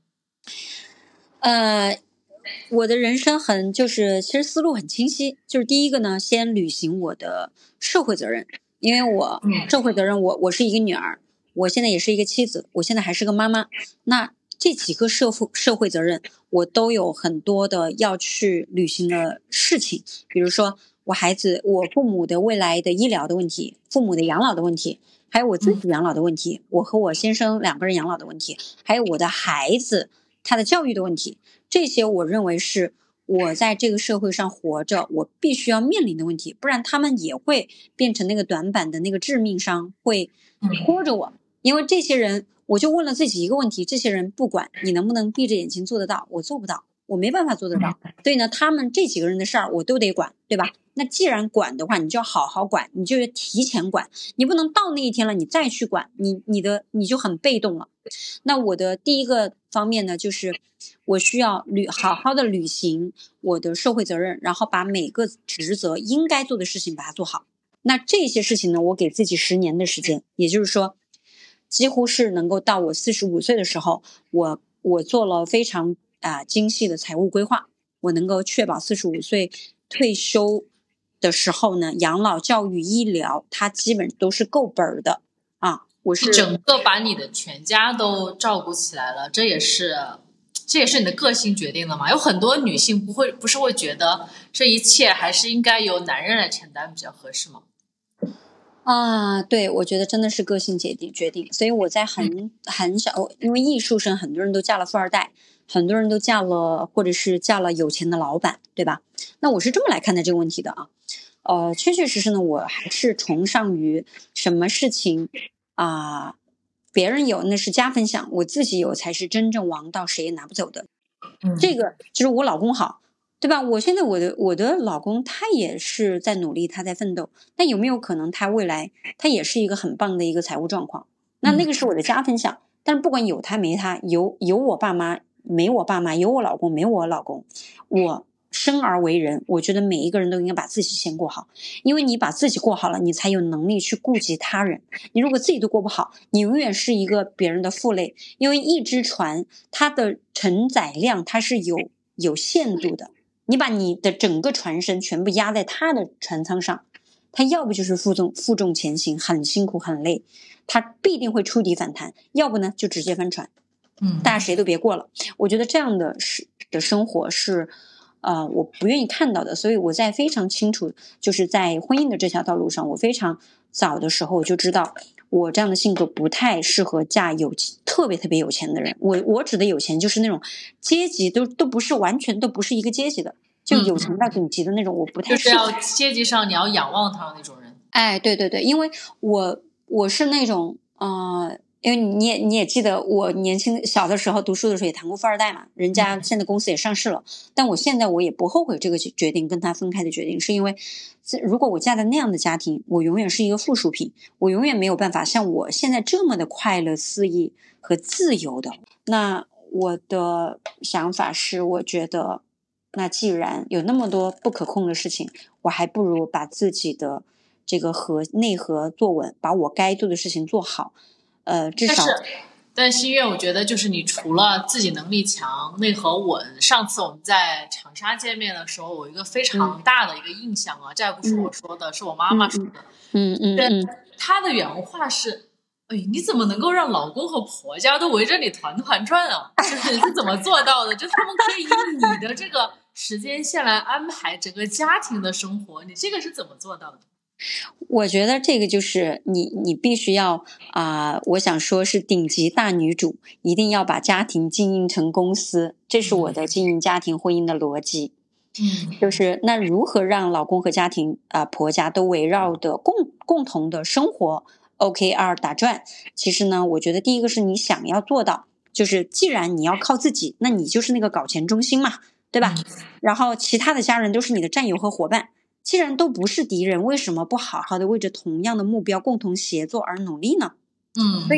我的人生其实思路很清晰，就是第一个呢，先履行我的社会责任，因为我社会责任，我是一个女儿，我现在也是一个妻子，我现在还是个妈妈，那这几个社会责任，我都有很多的要去履行的事情，比如说我父母的未来的医疗的问题，父母的养老的问题，还有我自己养老的问题，我和我先生2个人养老的问题，还有我的孩子他的教育的问题，这些我认为是我在这个社会上活着我必须要面临的问题，不然他们也会变成那个短板的那个致命伤，会拖着我。因为这些人，我就问了自己一个问题，这些人不管你能不能闭着眼睛做得到，我做不到，我没办法做得到，所以呢他们这几个人的事儿我都得管，对吧？那既然管的话，你就要好好管，你就要提前管，你不能到那一天了你再去管，你就很被动了。那我的第一个方面呢，就是我需要好好的履行我的社会责任，然后把每个职责应该做的事情把它做好。那这些事情呢，我给自己10年的时间，也就是说几乎是能够到我45岁的时候，我做了非常精细的财务规划，我能够确保45岁退休的时候呢，养老、教育、医疗它基本都是够本的啊。我是整个把你的全家都照顾起来了，这也是你的个性决定的嘛。有很多女性不是会觉得这一切还是应该由男人来承担比较合适吗？ 对，我觉得真的是个性决定。所以我在很小，因为艺术生很多人都嫁了富二代，很多人都嫁了或者是嫁了有钱的老板，对吧？那我是这么来看待这个问题的啊。确确实实呢，我还是崇尚于什么事情别人有那是加分项，我自己有才是真正王道，谁也拿不走的。这个就是我老公好，对吧？我现在我的老公他也是在努力，他在奋斗，那有没有可能他未来他也是一个很棒的一个财务状况？那个是我的加分项。但是不管有他没他，有我爸妈没我爸妈，有我老公没我老公，我生而为人，我觉得每一个人都应该把自己先过好，因为你把自己过好了，你才有能力去顾及他人。你如果自己都过不好，你永远是一个别人的负累，因为一只船它的承载量它是有限度的，你把你的整个船身全部压在他的船舱上，他要不就是负重前行，很辛苦很累，他必定会触底反弹，要不呢就直接翻船。大家谁都别过了。我觉得这样的生活是我不愿意看到的。所以我在非常清楚，就是在婚姻的这条道路上，我非常早的时候我就知道我这样的性格不太适合嫁特别特别有钱的人。我指的有钱就是那种阶级都不是完全都不是一个阶级的，就有钱到顶级的那种，我不太适合。 就是要阶级上你要仰望他的那种人。 对，因为我是那种因为你也记得我年轻小的时候读书的时候也谈过富二代嘛，人家现在公司也上市了，但我现在我也不后悔这个决定，跟他分开的决定，是因为如果我嫁在那样的家庭，我永远是一个附属品，我永远没有办法像我现在这么的快乐肆意和自由的。那我的想法是，我觉得那既然有那么多不可控的事情，我还不如把自己的这个内核做稳，把我该做的事情做好。至少， 但心愿，我觉得就是你除了自己能力强、内核稳，上次我们在长沙见面的时候，我有一个非常大的一个印象啊，这还不是我说的，是我妈妈说的。她的原话是：“哎，你怎么能够让老公和婆家都围着你团团转啊？就是你是怎么做到的？就他们可以以你的这个时间线来安排整个家庭的生活，你这个是怎么做到的？” 我觉得这个就是你必须要我想说是顶级大女主，一定要把家庭经营成公司，这是我的经营家庭婚姻的逻辑。就是那如何让老公和家庭婆家都围绕的共同的生活 OKR 打转。其实呢，我觉得第一个是你想要做到，就是既然你要靠自己，那你就是那个搞钱中心嘛，对吧？然后其他的家人都是你的战友和伙伴。既然都不是敌人，为什么不好好的为着同样的目标共同协作而努力呢？所以呢，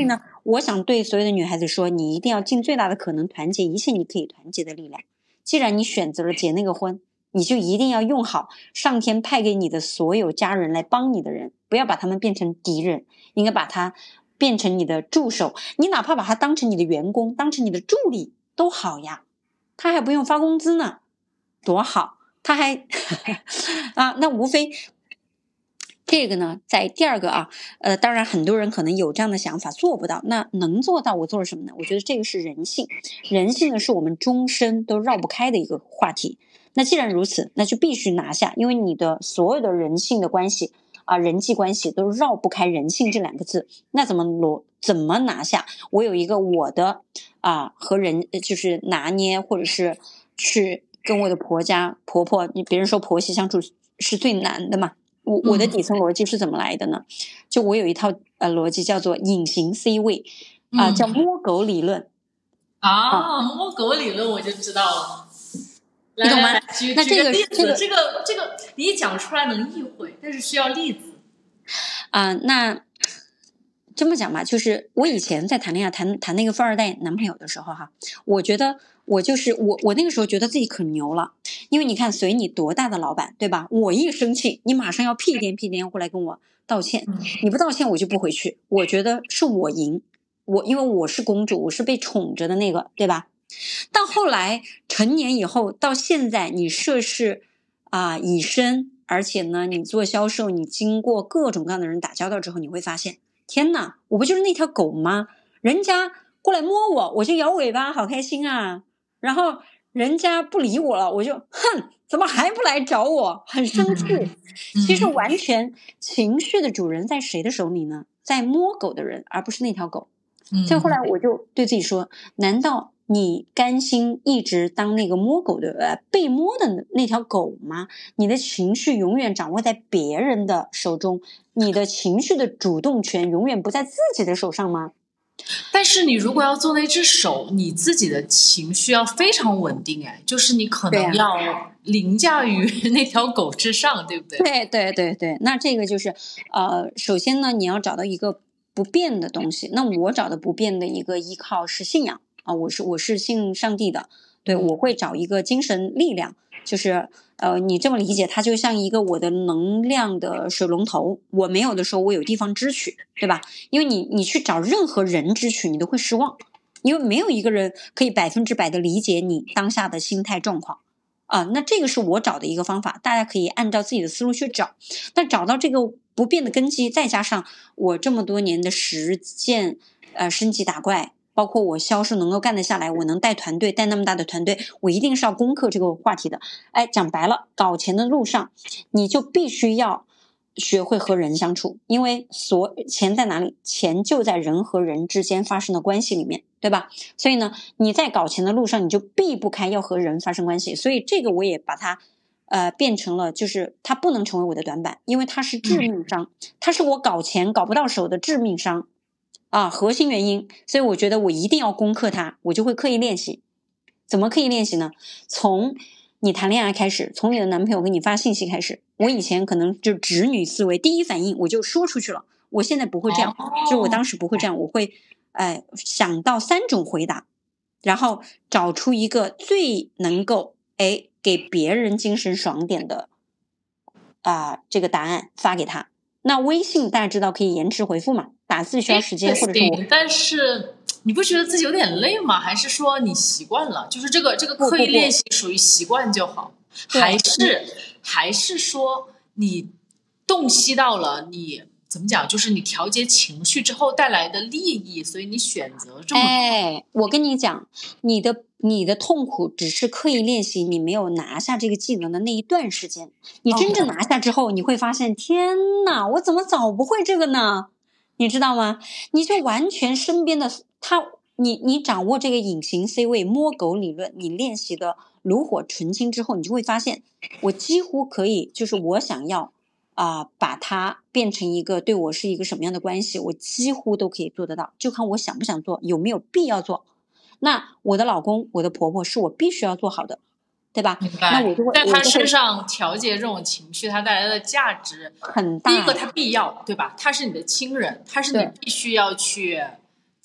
我想对所有的女孩子说，你一定要尽最大的可能团结一切你可以团结的力量。既然你选择了结那个婚，你就一定要用好上天派给你的所有家人来帮你的人，不要把他们变成敌人，应该把他变成你的助手。你哪怕把他当成你的员工，当成你的助理都好呀，他还不用发工资呢，多好。他还那无非这个呢，在第二个当然很多人可能有这样的想法，做不到。那能做到，我做了什么呢？我觉得这个是人性，人性呢是我们终身都绕不开的一个话题。那既然如此，那就必须拿下，因为你的所有的人性的关系人际关系都绕不开人性这两个字。那怎么拿下？我有一个我的和人就是拿捏，或者是去跟我的婆婆，别人说婆媳相处是最难的嘛。我的底层逻辑是怎么来的呢？就我有一套逻辑叫做隐形 C 位叫摸狗理论摸狗理论我就知道了， 你懂吗？那举个例子，这个你一讲出来能意会，但是需要例子那这么讲吧，就是我以前在谈恋爱谈那个富二代男朋友的时候我觉得我那个时候觉得自己可牛了，因为你看随你多大的老板对吧，我一生气你马上要屁颠过来跟我道歉，你不道歉我就不回去，我觉得是我赢，因为我是公主，我是被宠着的那个对吧。到后来成年以后到现在，你涉世已深，而且呢你做销售，你经过各种各样的人打交道之后，你会发现天哪，我不就是那条狗吗？人家过来摸我就摇尾巴好开心啊，然后人家不理我了，我就哼，怎么还不来找我，很生气。其实完全情绪的主人在谁的手里呢？在摸狗的人，而不是那条狗。所以后来我就对自己说，难道你甘心一直当那个摸狗的被摸的那条狗吗？你的情绪永远掌握在别人的手中，你的情绪的主动权永远不在自己的手上吗？ 但是你如果要做那只手，你自己的情绪要非常稳定，就是你可能要凌驾于那条狗之上，对不对？ 对，那这个就是首先呢，你要找到一个不变的东西。那我找的不变的一个依靠是信仰我是信上帝的，对，我会找一个精神力量，就是你这么理解，它就像一个我的能量的水龙头，我没有的时候我有地方支取，对吧？因为你去找任何人支取，你都会失望，因为没有一个人可以100%的理解你当下的心态状况那这个是我找的一个方法，大家可以按照自己的思路去找。但找到这个不变的根基，再加上我这么多年的实践升级打怪，包括我销售能够干得下来，我能带团队，带那么大的团队，我一定是要攻克这个话题的。讲白了，搞钱的路上你就必须要学会和人相处，因为钱在哪里？钱就在人和人之间发生的关系里面，对吧？所以呢，你在搞钱的路上，你就避不开要和人发生关系。所以这个我也把它变成了，就是它不能成为我的短板，因为它是致命伤，它是我搞钱搞不到手的致命伤核心原因。所以我觉得我一定要攻克它，我就会刻意练习。怎么刻意练习呢？从你谈恋爱开始，从你的男朋友给你发信息开始。我以前可能就直女思维，第一反应我就说出去了，我现在不会这样，就是我当时不会这样，我会想到3种回答，然后找出一个最能够给别人精神爽点的这个答案发给他。那微信大家知道可以延迟回复嘛，打字需要时间，或者是但是你不觉得自己有点累吗？还是说你习惯了？就是这个刻意练习属于习惯就好，还是说你洞悉到了你怎么讲？就是你调节情绪之后带来的利益，所以你选择这么我跟你讲，你的痛苦只是刻意练习你没有拿下这个技能的那一段时间，你真正拿下之后，你会发现天哪，我怎么早不会这个呢？你知道吗？你就完全身边的你掌握这个隐形 C 位摸狗理论，你练习的炉火纯青之后，你就会发现我几乎可以，就是我想要把它变成一个对我是一个什么样的关系，我几乎都可以做得到，就看我想不想做，有没有必要做。那我的老公我的婆婆是我必须要做好的，对吧？ 明白。那我就会在他身上调节这种情绪，他带来的价值很大。 第一个他必要，对吧？他是你的亲人，他是你必须要去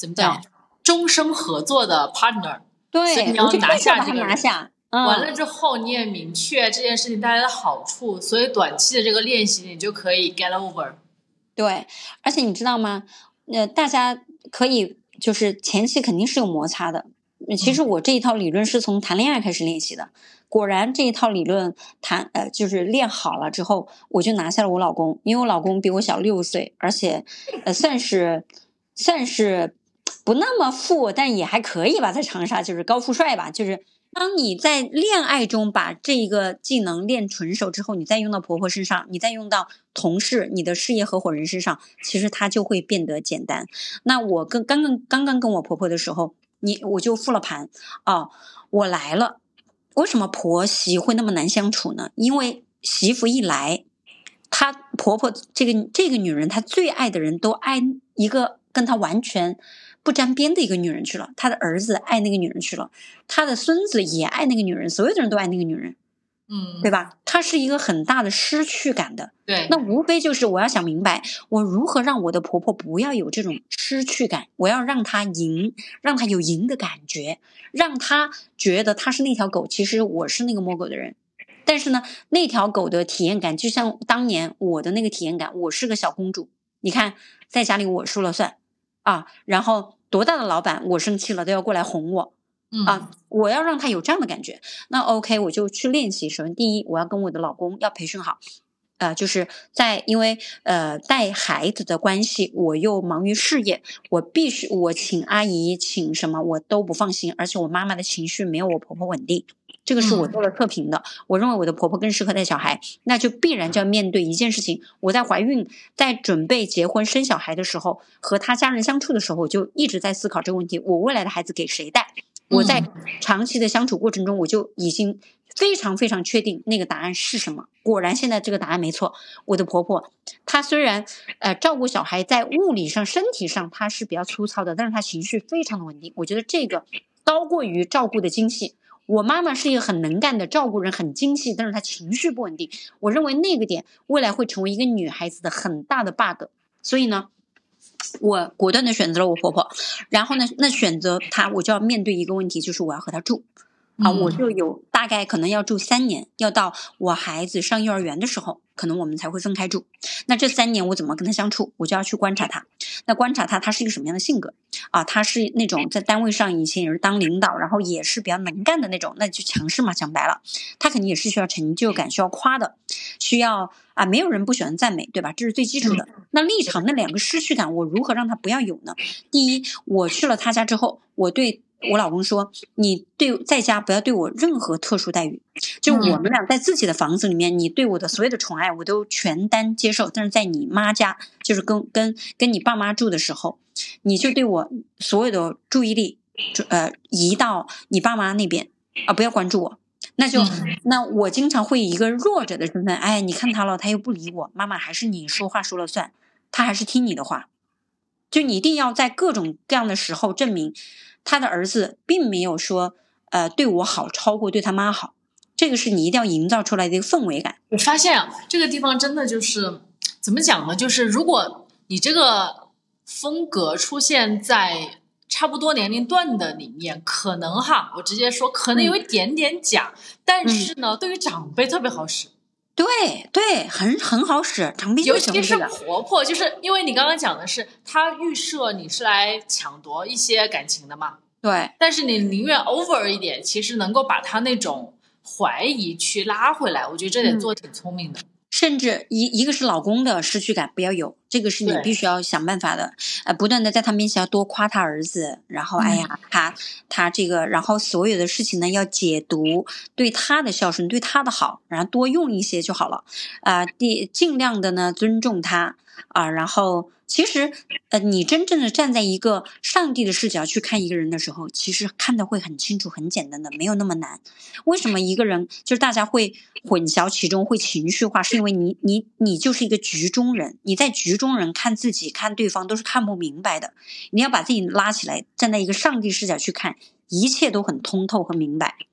怎么讲，终生合作的 partner。 对， 所以你要拿下这个人。完了之后，你也明确这件事情带来的好处，所以短期的这个练习你就可以 get over。 对，而且你知道吗？大家可以就是前期肯定是有摩擦的。其实我这一套理论是从谈恋爱开始练习的。果然这一套理论就是练好了之后，我就拿下了我老公，因为我老公比我小6岁，而且算是不那么富，但也还可以吧，在长沙就是高富帅吧。就是当你在恋爱中把这个技能练纯熟之后，你再用到婆婆身上，你再用到同事、你的事业合伙人身上，其实它就会变得简单。那我刚刚跟我婆婆的时候，我就复了盘我来了。为什么婆媳会那么难相处呢？因为媳妇一来，她婆婆这个女人，她最爱的人都爱一个跟她完全不沾边的一个女人去了，她的儿子爱那个女人去了，她的孙子也爱那个女人，所有的人都爱那个女人，对吧？她是一个很大的失去感的。 对， 那无非就是我要想明白，我如何让我的婆婆不要有这种失去感，我要让她赢，让她有赢的感觉，让她觉得她是那条狗，其实我是那个摸狗的人。但是呢，那条狗的体验感就像当年我的那个体验感，我是个小公主，你看在家里我说了算然后多大的老板我生气了都要过来哄我我要让他有这样的感觉。那 OK， 我就去练习。首先第一，我要跟我的老公要培训好就是因为带孩子的关系，我又忙于事业，我请阿姨请什么我都不放心，而且我妈妈的情绪没有我婆婆稳定，这个是我做了测评的。我认为我的婆婆更适合带小孩，那就必然就要面对一件事情，我在怀孕，在准备结婚生小孩的时候，和她家人相处的时候，我就一直在思考这个问题，我未来的孩子给谁带。我在长期的相处过程中，我就已经非常非常确定那个答案是什么。果然现在这个答案没错，我的婆婆她虽然照顾小孩在物理上身体上她是比较粗糙的，但是她情绪非常的稳定，我觉得这个高过于照顾的精细。我妈妈是一个很能干的照顾人，很精细，但是她情绪不稳定，我认为那个点未来会成为一个女孩子的很大的 bug。 所以呢我果断的选择了我婆婆，然后呢，那选择她，我就要面对一个问题，就是我要和她住我就有大概可能要住3年，要到我孩子上幼儿园的时候，可能我们才会分开住。那这3年我怎么跟她相处，我就要去观察她。那观察她是一个什么样的性格她是那种在单位上以前也是当领导，然后也是比较能干的那种，那就强势嘛，讲白了她肯定也是需要成就感，需要夸的，需要没有人不喜欢赞美，对吧？这是最基础的。那立场那2个失去感我如何让她不要有呢？第一，我去了她家之后，我对我老公说，你在家不要对我任何特殊待遇，就我们俩在自己的房子里面，你对我的所有的宠爱我都全单接受，但是在你妈家，就是跟你爸妈住的时候，你就对我所有的注意力移到你爸妈那边不要关注我。那我经常会以一个弱者的身份，你看他了，他又不理我，妈妈还是你说话说了算，他还是听你的话。就你一定要在各种各样的时候证明他的儿子并没有说对我好超过对他妈好，这个是你一定要营造出来的一个氛围感。 我发现这个地方真的就是怎么讲呢，就是如果你这个风格出现在差不多年龄段的里面，可能我直接说可能有一点点假，但是呢对于长辈特别好使。 对，很好使，长辈尤其是婆婆，就是因为你刚刚讲的是她预设你是来抢夺一些感情的嘛， 对， 但是你宁愿 over 一点，其实能够把她那种怀疑去拉回来，我觉得这点做挺聪明的。 甚至一个是老公的失去感不要有，这个是你必须要想办法的。不断的在他面前要多夸他儿子，然后他这个，然后所有的事情呢要解读对他的孝顺，对他的好，然后多用一些就好了。尽量的呢尊重他然后其实你真正的站在一个上帝的视角去看一个人的时候，其实看得会很清楚很简单的，没有那么难。为什么一个人就是大家会混淆其中，会情绪化，是因为你就是一个局中人，你在局中人看自己看对方都是看不明白的，你要把自己拉起来，站在一个上帝视角去看，一切都很通透和明白。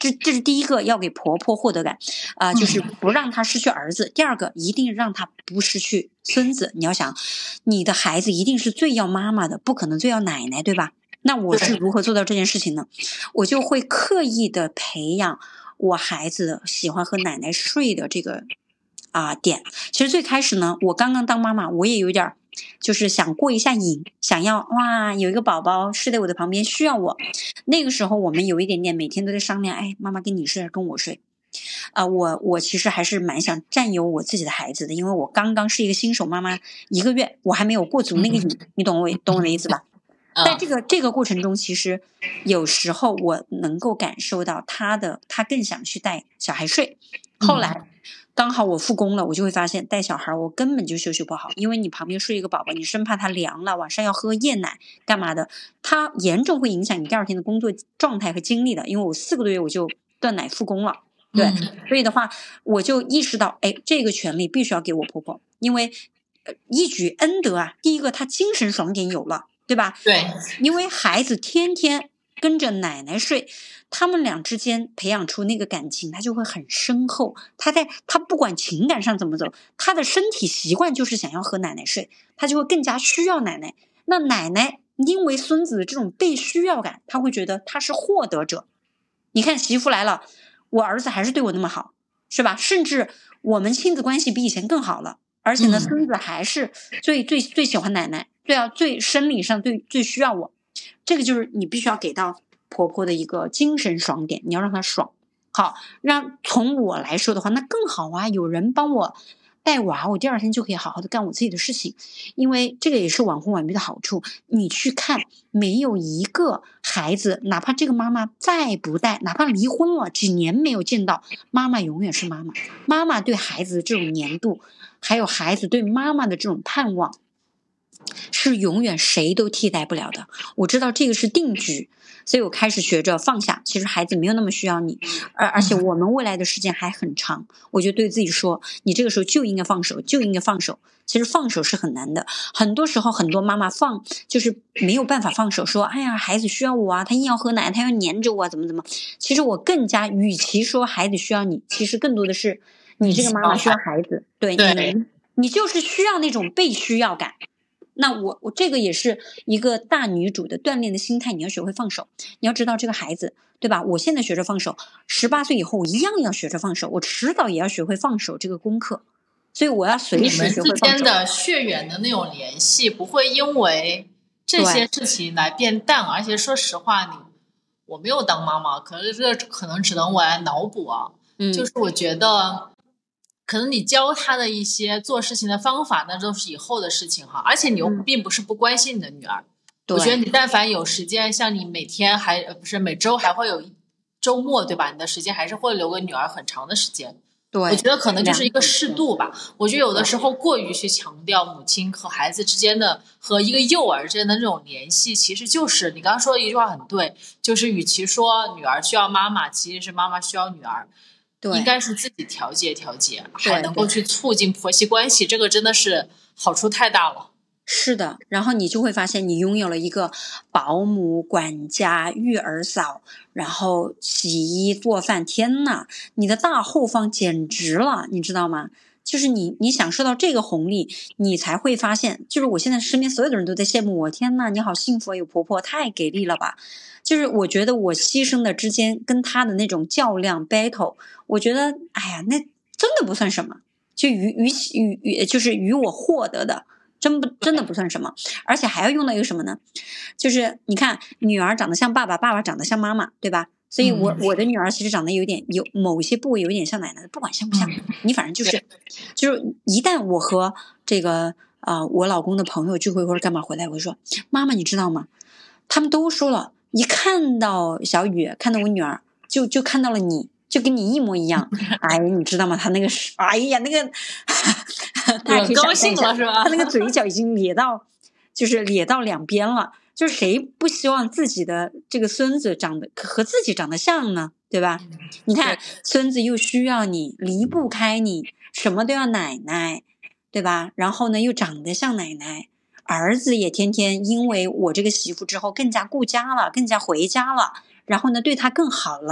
这是第一个要给婆婆获得感就是不让她失去儿子。第二个，一定让她不失去孙子。你要想，你的孩子一定是最要妈妈的，不可能最要奶奶，对吧？那我是如何做到这件事情呢？我就会刻意的培养我孩子喜欢和奶奶睡的这个点。其实最开始呢，我刚刚当妈妈，我也有点就是想过一下瘾，想要有一个宝宝睡在我的旁边，需要我。那个时候我们有一点点每天都在商量，妈妈跟你睡还是跟我睡我其实还是蛮想占有我自己的孩子的，因为我刚刚是一个新手妈妈1个月，我还没有过足那个瘾，你懂我的意思吧？在这个过程中，其实有时候我能够感受到他更想去带小孩睡。后来刚好我复工了，我就会发现带小孩我根本就休息不好，因为你旁边睡一个宝宝，你生怕他凉了，晚上要喝夜奶干嘛的，他严重会影响你第二天的工作状态和精力的。因为我4个多月我就断奶复工了，对，所以的话我就意识到这个权利必须要给我婆婆，因为一举恩德第一个他精神爽点有了，对吧？ 对， 因为孩子天天跟着奶奶睡，他们俩之间培养出那个感情，他就会很深厚。他不管情感上怎么走，他的身体习惯就是想要和奶奶睡，他就会更加需要奶奶。那奶奶因为孙子的这种被需要感，他会觉得他是获得者。你看媳妇来了，我儿子还是对我那么好，是吧？甚至我们亲子关系比以前更好了，而且呢，孙子还是最喜欢奶奶。对啊，最生理上最需要我，这个就是你必须要给到婆婆的一个精神爽点，你要让她爽。好，从我来说的话，那更好有人帮我带娃，我第二天就可以好好的干我自己的事情。因为这个也是晚婚晚育的好处，你去看，没有一个孩子，哪怕这个妈妈再不带，哪怕离婚了几年没有见到，妈妈永远是妈妈。妈妈对孩子的这种黏度，还有孩子对妈妈的这种盼望，是永远谁都替代不了的。我知道这个是定局，所以我开始学着放下。其实孩子没有那么需要你，而且我们未来的时间还很长。我就对自己说，你这个时候就应该放手，就应该放手。其实放手是很难的，很多时候很多妈妈就是没有办法放手，说孩子需要我他硬要喝奶，他要黏着我怎么。其实我更加，与其说孩子需要你，其实更多的是你这个妈妈需要孩子。对，你就是需要那种被需要感。那我这个也是一个大女主的锻炼的心态，你要学会放手。你要知道这个孩子，对吧？我现在学着放手，18岁以后我一样要学着放手，我迟早也要学会放手这个功课。所以我要随时学会放手。 你们之间的血缘的那种联系不会因为这些事情来变淡。而且说实话，我没有当妈妈，可是这可能只能我来脑补就是我觉得可能你教他的一些做事情的方法，那都是以后的事情而且你又并不是不关心你的女儿。我觉得你但凡有时间，像你每天每周还会有周末，对吧？你的时间还是会留给女儿很长的时间。 对， 我觉得可能就是一个适度吧。我觉得有的时候过于去强调母亲和孩子之间的和一个幼儿之间的这种联系，其实就是你刚刚说的一句话很对，就是与其说女儿需要妈妈，其实是妈妈需要女儿。应该是自己调节，还能够去促进婆媳关系，这个真的是好处太大了。 是的，然后你就会发现你拥有了一个保姆、管家、育儿嫂，然后洗衣做饭，天哪，你的大后方简直了，你知道吗？就是你享受到这个红利，你才会发现，就是我现在身边所有的人都在羡慕我，天哪，你好幸福有婆婆，太给力了吧。就是我觉得我牺牲的之间跟他的那种较量 battle， 我觉得那真的不算什么，就就是与我获得的真的不算什么。而且还要用到一个什么呢？就是你看女儿长得像爸爸，爸爸长得像妈妈，对吧？所以我的女儿其实长得有某些部位有点像奶奶，不管像不像你反正就是一旦我和这个我老公的朋友聚会或者干嘛回来，我会说妈妈你知道吗？他们都说了，一看到小雨，看到我女儿就看到了你，就跟你一模一样。你知道吗？他那个那个太高兴了是吧？ 他那个嘴角已经咧到两边了。就是谁不希望自己的这个孙子长得和自己长得像呢？对吧？你看孙子又需要你，离不开你，什么都要奶奶，对吧？然后呢又长得像奶奶，儿子也天天因为我这个媳妇之后更加顾家了，更加回家了，然后呢对他更好了。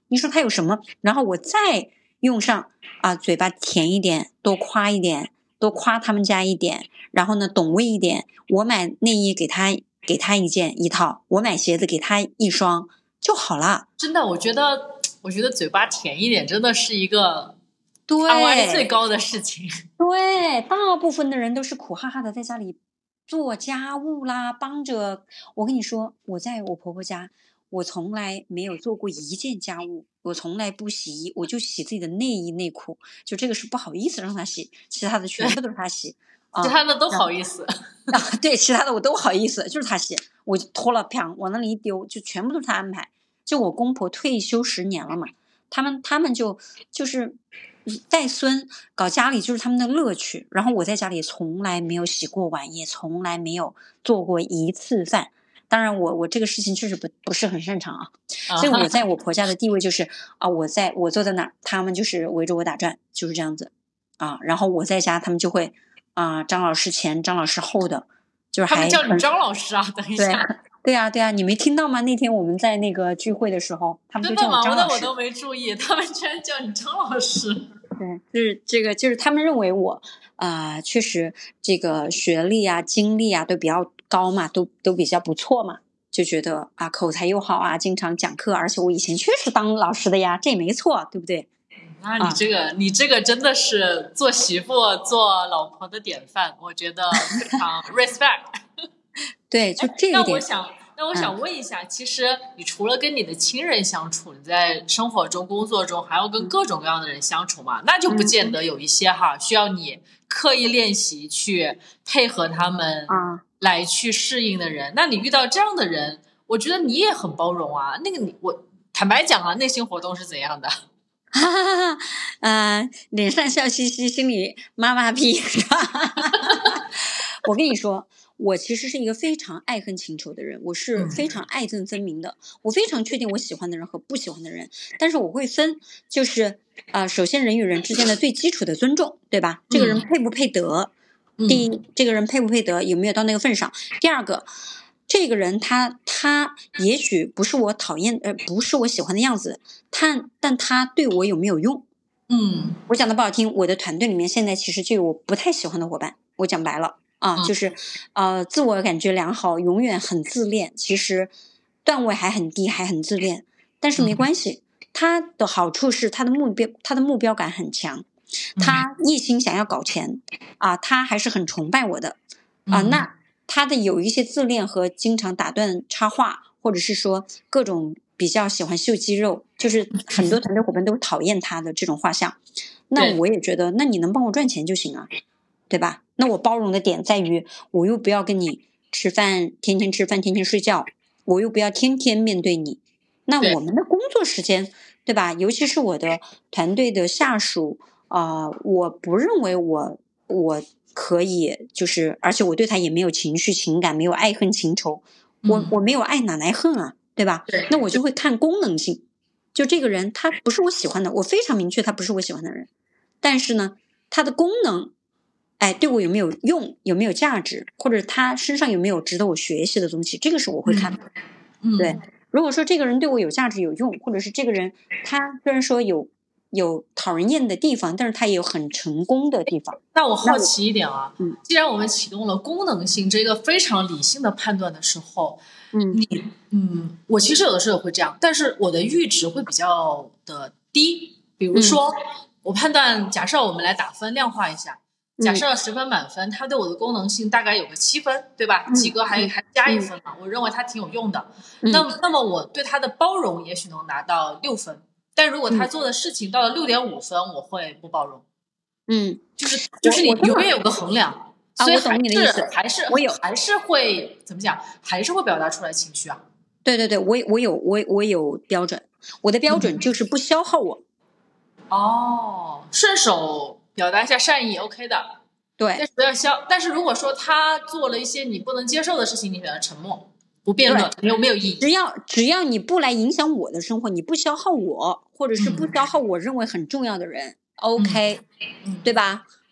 你说他有什么？然后我再用上嘴巴甜一点，多夸一点，多夸他们家一点，然后呢懂味一点，我买内衣给他一套，我买鞋子给他一双就好了。 真的，我觉得嘴巴甜一点真的是一个 ROI 最高的事情。 对，大部分的人都是苦哈哈的在家里做家务啦，帮着。我跟你说，我在我婆婆家，我从来没有做过一件家务，我从来不洗衣，我就洗自己的内衣内裤，就这个是不好意思让她洗，其他的全部都是她洗。 其他的都好意思对，其他的我都好意思，就是她洗，我就脱了啪往那里一丢，就全部都是她安排。就我公婆退休10年了嘛，他们就是带孙搞家里就是他们的乐趣，然后我在家里从来没有洗过碗，也从来没有做过一次饭。当然我这个事情确实不是很擅长啊，所以我在我婆家的地位就是我坐在哪儿，他们就是围着我打转，就是这样子然后我在家他们就会张老师前张老师后的，就是他们叫你张老师啊，等一下。 对啊，你没听到吗？那天我们在那个聚会的时候，他们就叫我张老师。 我都没注意，他们居然叫你张老师。 对，就是这个，就是他们认为我确实这个学历经历都比较高嘛，都比较不错嘛，就觉得口才又好经常讲课，而且我以前确实当老师的呀，这也没错，对不对？ 那你这个真的是做媳妇做老婆的典范，我觉得非常 respect。 对，就这一点。 那我想问一下，其实你除了跟你的亲人相处，你在生活中、工作中还要跟各种各样的人相处嘛？那就不见得有一些需要你刻意练习去配合他们来去适应的人。那你遇到这样的人，我觉得你也很包容啊。我坦白讲内心活动是怎样的？ 脸上笑嘻嘻，心里妈妈屁。我跟你说，我其实是一个非常爱恨情仇的人，我是非常爱憎分明的。我非常确定我喜欢的人和不喜欢的人，但是我会分，就是首先人与人之间的最基础的尊重，对吧？这个人配不配得？第一，这个人配不配得，有没有到那个份上？第二个，这个人他也许不是我讨厌不是我喜欢的样子，但他对我有没有用？我讲的不好听，我的团队里面现在其实就有我不太喜欢的伙伴，我讲白了就是自我感觉良好，永远很自恋，其实段位还很低，还很自恋，但是没关系，他的好处是他的目标感很强，他一心想要搞钱他还是很崇拜我的那他的有一些自恋和经常打断插话，或者是说各种比较喜欢秀肌肉，就是很多团队伙伴都讨厌他的这种画像。那我也觉得，那你能帮我赚钱就行啊，对吧？那我包容的点在于，我又不要跟你吃饭，天天吃饭，天天睡觉，我又不要天天面对你。那我们的工作时间，对吧？尤其是我的团队的下属我不认为我可以，就是而且我对他也没有情绪情感，没有爱恨情仇，我没有爱哪来恨啊，对吧？那我就会看功能性，就这个人他不是我喜欢的，我非常明确他不是我喜欢的人，但是呢他的功能对我有没有用，有没有价值，或者他身上有没有值得我学习的东西，这个是我会看的对，如果说这个人对我有价值有用，或者是这个人他虽然说有讨人厌的地方，但是他也有很成功的地方。 那我好奇一点既然我们启动了功能性这个非常理性的判断的时候，我其实有的时候也会这样，但是我的阈值会比较的低。比如说我判断，假设我们来打分量化一下，假设10分满分，它对我的功能性大概有个7分，对吧？及格还加1分嘛，我认为它挺有用的。那么我对它的包容也许能拿到6分，但如果他做的事情到了6.5分，我会不包容。就是你永远有个衡量，所以我懂你的意思， 还是会怎么讲？还是会表达出来情绪啊。 对，我有标准，我的标准就是不消耗我。 顺手表达一下善意 ，OK 的。 对， 但是不要但是如果说他做了一些你不能接受的事情，你选择沉默，不辩论，没有意义。 只要你不来影响我的生活，你不消耗我，或者是不消耗我认为很重要的人，OK，对吧？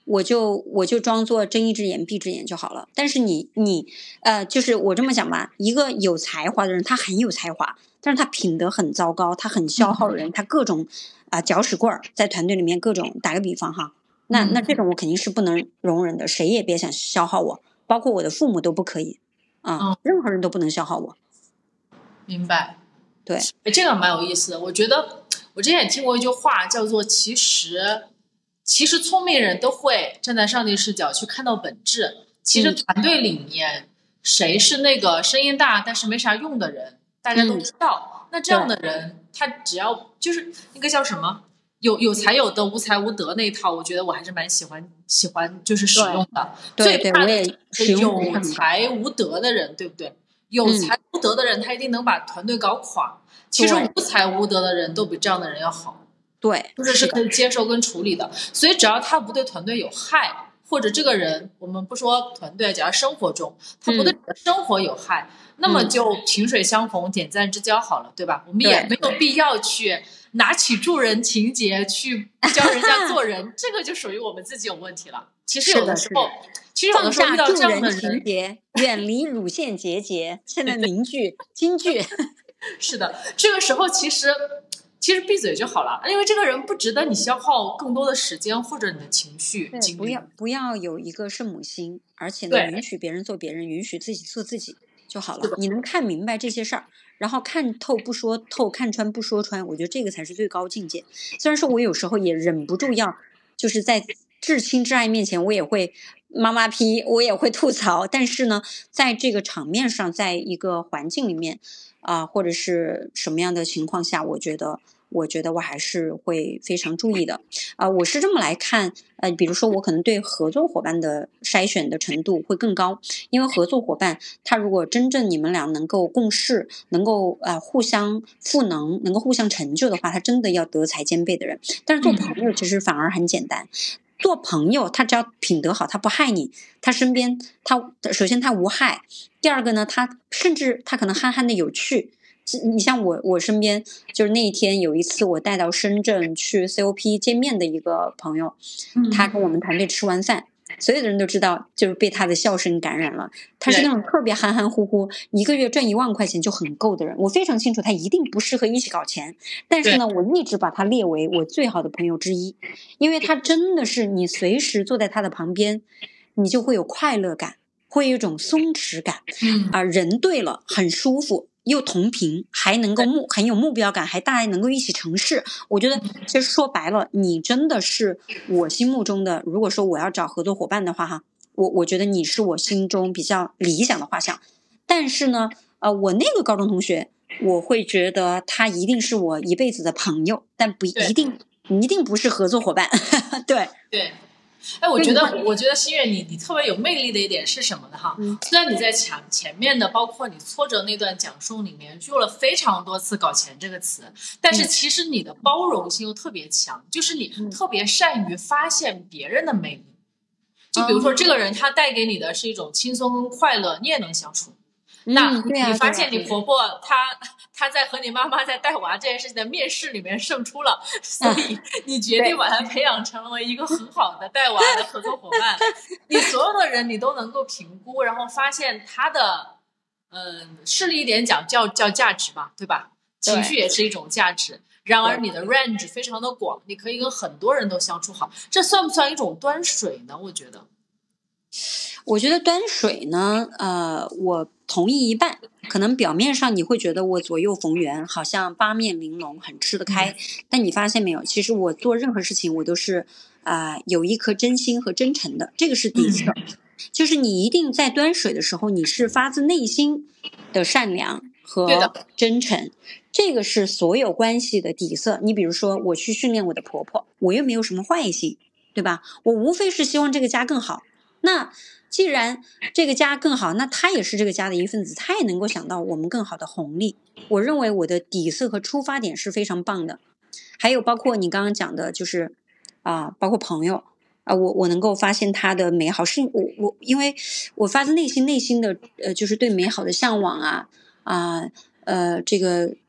我就装作睁一只眼闭一只眼就好了。但是你就是我这么讲吧，一个有才华的人，他很有才华，但是他品德很糟糕，他很消耗人，他各种搅屎棍儿，在团队里面各种，打个比方哈，那这种我肯定是不能容忍的，谁也别想消耗我，包括我的父母都不可以任何人都不能消耗我。 明白。 对， 这个蛮有意思的。我觉得我之前也听过一句话，叫做其实聪明人都会站在上帝视角去看到本质。其实团队里面谁是那个声音大但是没啥用的人，大家都知道。那这样的人，他只要就是那个叫什么有才有德，无才无德那一套，我觉得我还是蛮喜欢就是使用的。 对， 最怕的是有才无德的人，对不对？有才无德的人，他一定能把团队搞垮。其实无才无德的人都比这样的人要好。 对， 或者是可以接受跟处理的。所以只要他不对团队有害，或者这个人我们不说团队，只要生活中他不对你的生活有害，那么就萍水相逢，点赞之交好了，对吧？我们也没有必要去拿起助人情节去教人家做人这个就属于我们自己有问题了。其实有的时候遇到这样的人， 远离乳腺结节，现在名句金句是的，这个时候其实闭嘴就好了，因为这个人不值得你消耗更多的时间或者你的情绪精力。 不要有一个圣母心，而且呢，允许别人做别人，允许自己做自己就好了。你能看明白这些事儿，然后看透不说透，看穿不说穿，我觉得这个才是最高境界。虽然说我有时候也忍不住要，就是在至亲至爱面前，我也会妈妈批，我也会吐槽，但是呢，在这个场面上，在一个环境里面或者是什么样的情况下，我觉得我还是会非常注意的我是这么来看比如说我可能对合作伙伴的筛选的程度会更高，因为合作伙伴他如果真正你们俩能够共事，能够互相赋能，能够互相成就的话，他真的要德才兼备的人。但是做朋友其实反而很简单。做朋友他只要品德好，他不害你，他身边他首先他无害，第二个呢，他甚至他可能憨憨的有趣。你像我身边就是那一天有一次我带到深圳去 COP 见面的一个朋友，他跟我们团队吃完饭，所有的人都知道就是被他的笑声感染了。他是那种特别含含糊糊，一个月赚1万块钱就很够的人。我非常清楚他一定不适合一起搞钱，但是呢，我一直把他列为我最好的朋友之一，因为他真的是你随时坐在他的旁边，你就会有快乐感，会有一种松弛感人对了很舒服，又同频，还能够很有目标感，还大家能够一起成事。我觉得其实说白了，你真的是我心目中的，如果说我要找合作伙伴的话我觉得你是我心中比较理想的画像。但是呢我那个高中同学，我会觉得他一定是我一辈子的朋友，但不一定不是合作伙伴对。 我觉得新月你特别有魅力的一点是什么呢虽然你在前面的包括你挫折那段讲述里面用了非常多次搞钱这个词，但是其实你的包容性又特别强，就是你特别善于发现别人的魅力。就比如说这个人他带给你的是一种轻松跟快乐，你也能相处。那你发现你婆婆她在和你妈妈在带娃这件事情的面试里面胜出了，所以你决定把她培养成为一个很好的带娃的合作伙伴。你所有的人你都能够评估，然后发现她的势利一点讲叫价值嘛，对吧？情绪也是一种价值。然而你的 range 非常的广，你可以跟很多人都相处好，这算不算一种端水呢？我觉得端水呢我同意一半。可能表面上你会觉得我左右逢源，好像八面玲珑，很吃得开但你发现没有，其实我做任何事情我都是有一颗真心和真诚的，这个是底色就是你一定在端水的时候，你是发自内心的善良和真诚，这个是所有关系的底色。你比如说我去训练我的婆婆，我又没有什么坏心，对吧？我无非是希望这个家更好，那既然这个家更好，那他也是这个家的一份子，他也能够想到我们更好的红利。我认为我的底色和出发点是非常棒的。还有包括你刚刚讲的就是包括朋友我能够发现他的美好，是我因为我发自内心的就是对美好的向往这个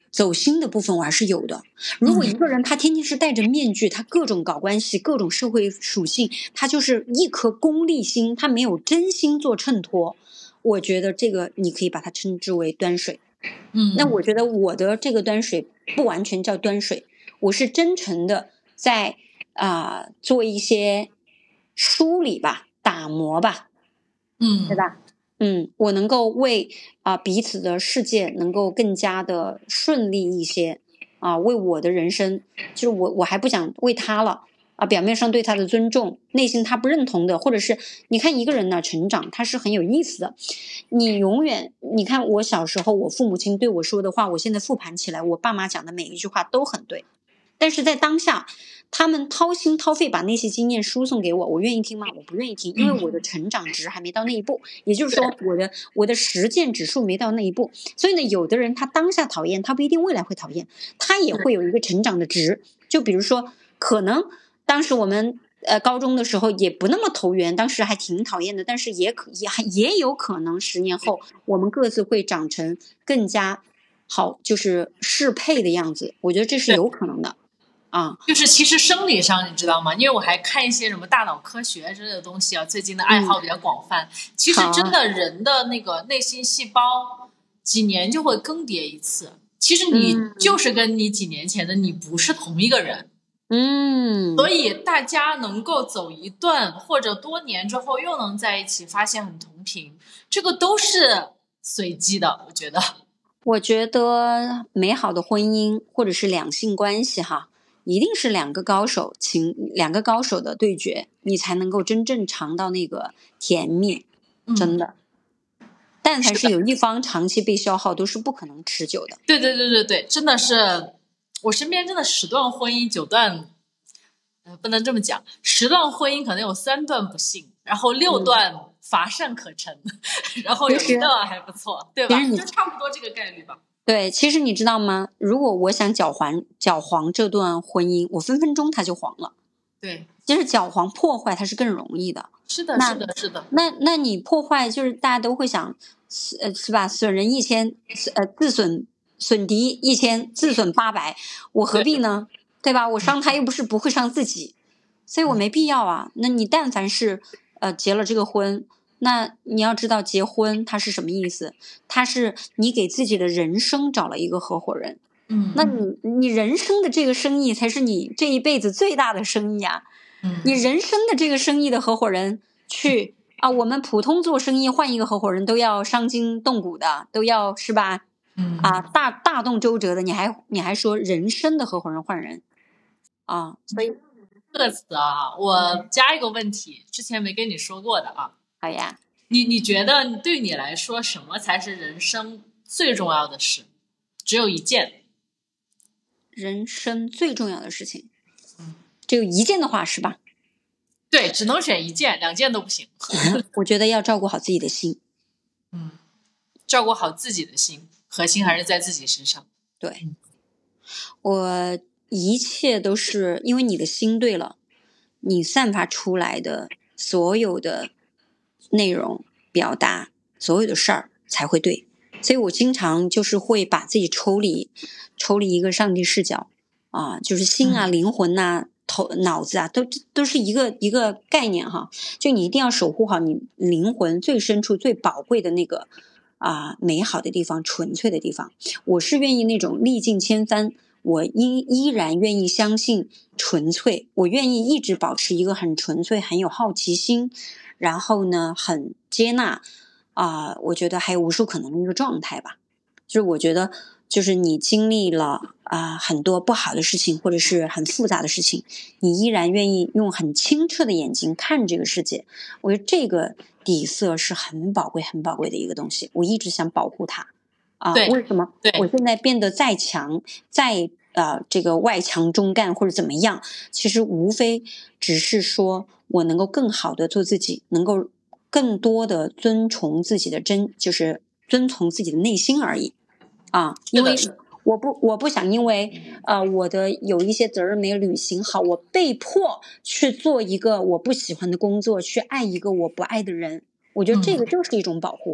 走心的部分我还是有的。如果一个人他天天是戴着面具，他各种搞关系，各种社会属性，他就是一颗功利心，他没有真心做衬托，我觉得这个你可以把它称之为端水。那我觉得我的这个端水不完全叫端水，我是真诚的在做一些梳理吧，打磨吧，对吧？我能够为彼此的世界能够更加的顺利一些为我的人生，就是我还不想为他了表面上对他的尊重，内心他不认同的，或者是你看一个人呢成长，他是很有意思的。你看我小时候我父母亲对我说的话，我现在复盘起来，我爸妈讲的每一句话都很对，但是在当下他们掏心掏肺把那些经验输送给我，我愿意听吗？我不愿意听，因为我的成长值还没到那一步，也就是说我的实践指数没到那一步。所以呢，有的人他当下讨厌，他不一定未来会讨厌，他也会有一个成长的值。就比如说可能当时我们高中的时候也不那么投缘，当时还挺讨厌的，但是也有可能10年后我们各自会长成更加好，就是适配的样子，我觉得这是有可能的就是其实生理上你知道吗？因为我还看一些什么大脑科学之类的东西最近的爱好比较广泛。其实真的人的那个内心细胞几年就会更迭一次，其实你就是跟你几年前的你不是同一个人。所以大家能够走一段或者多年之后又能在一起，发现很同频，这个都是随机的。 我觉得美好的婚姻或者是两性关系一定是两个高手的对决，你才能够真正尝到那个甜蜜，真的。但凡是有一方长期被消耗，都是不可能持久的。 对，真的是我身边真的10段婚姻9段，不能这么讲，10段婚姻可能有3段不幸，然后6段乏善可陈，然后有1段还不错，对吧？就差不多这个概率吧。 对，其实你知道吗？如果我想搅黄这段婚姻，我分分钟它就黄了。 对， 其实搅黄破坏它是更容易的。 是的。 那你破坏就是大家都会想，是吧？损人1000，损敌1000，自损800，我何必呢？对吧？我伤他又不会伤自己，所以我没必要啊。那你但凡是结了这个婚。那你要知道结婚它是什么意思，它是你给自己的人生找了一个合伙人。那你人生的这个生意才是你这一辈子最大的生意啊。你人生的这个生意的合伙人去我们普通做生意换一个合伙人都要伤筋动骨的，都要是吧大动周折的，你还说人生的合伙人换人所以这个词我加一个问题，之前没跟你说过的好呀， 你觉得对你来说什么才是人生最重要的事？只有一件。 人生最重要的事情，只有一件的话是吧？ 对，只能选一件，2件都不行。 我觉得要照顾好自己的心。 照顾好自己的心，核心还是在自己身上。 对，我一切都是因为你的心对了，你散发出来的所有的内容表达，所有的事儿才会对。所以我经常就是会把自己抽离一个上帝视角就是心灵魂脑子都是一个概念就你一定要守护好你灵魂最深处最宝贵的那个美好的地方，纯粹的地方。我是愿意那种历尽千帆，我依然愿意相信纯粹，我愿意一直保持一个很纯粹很有好奇心，然后呢很接纳我觉得还有无数可能的一个状态吧。就是我觉得就是你经历了很多不好的事情或者是很复杂的事情，你依然愿意用很清澈的眼睛看这个世界，我觉得这个底色是很宝贵很宝贵的一个东西，我一直想保护它为什么我现在变得再强再这个外强中干或者怎么样，其实无非只是说我能够更好的做自己，能够更多的遵从自己的就是遵从自己的内心而已因为我不想因为我的有一些责任没有履行好，我被迫去做一个我不喜欢的工作，去爱一个我不爱的人，我觉得这个就是一种保护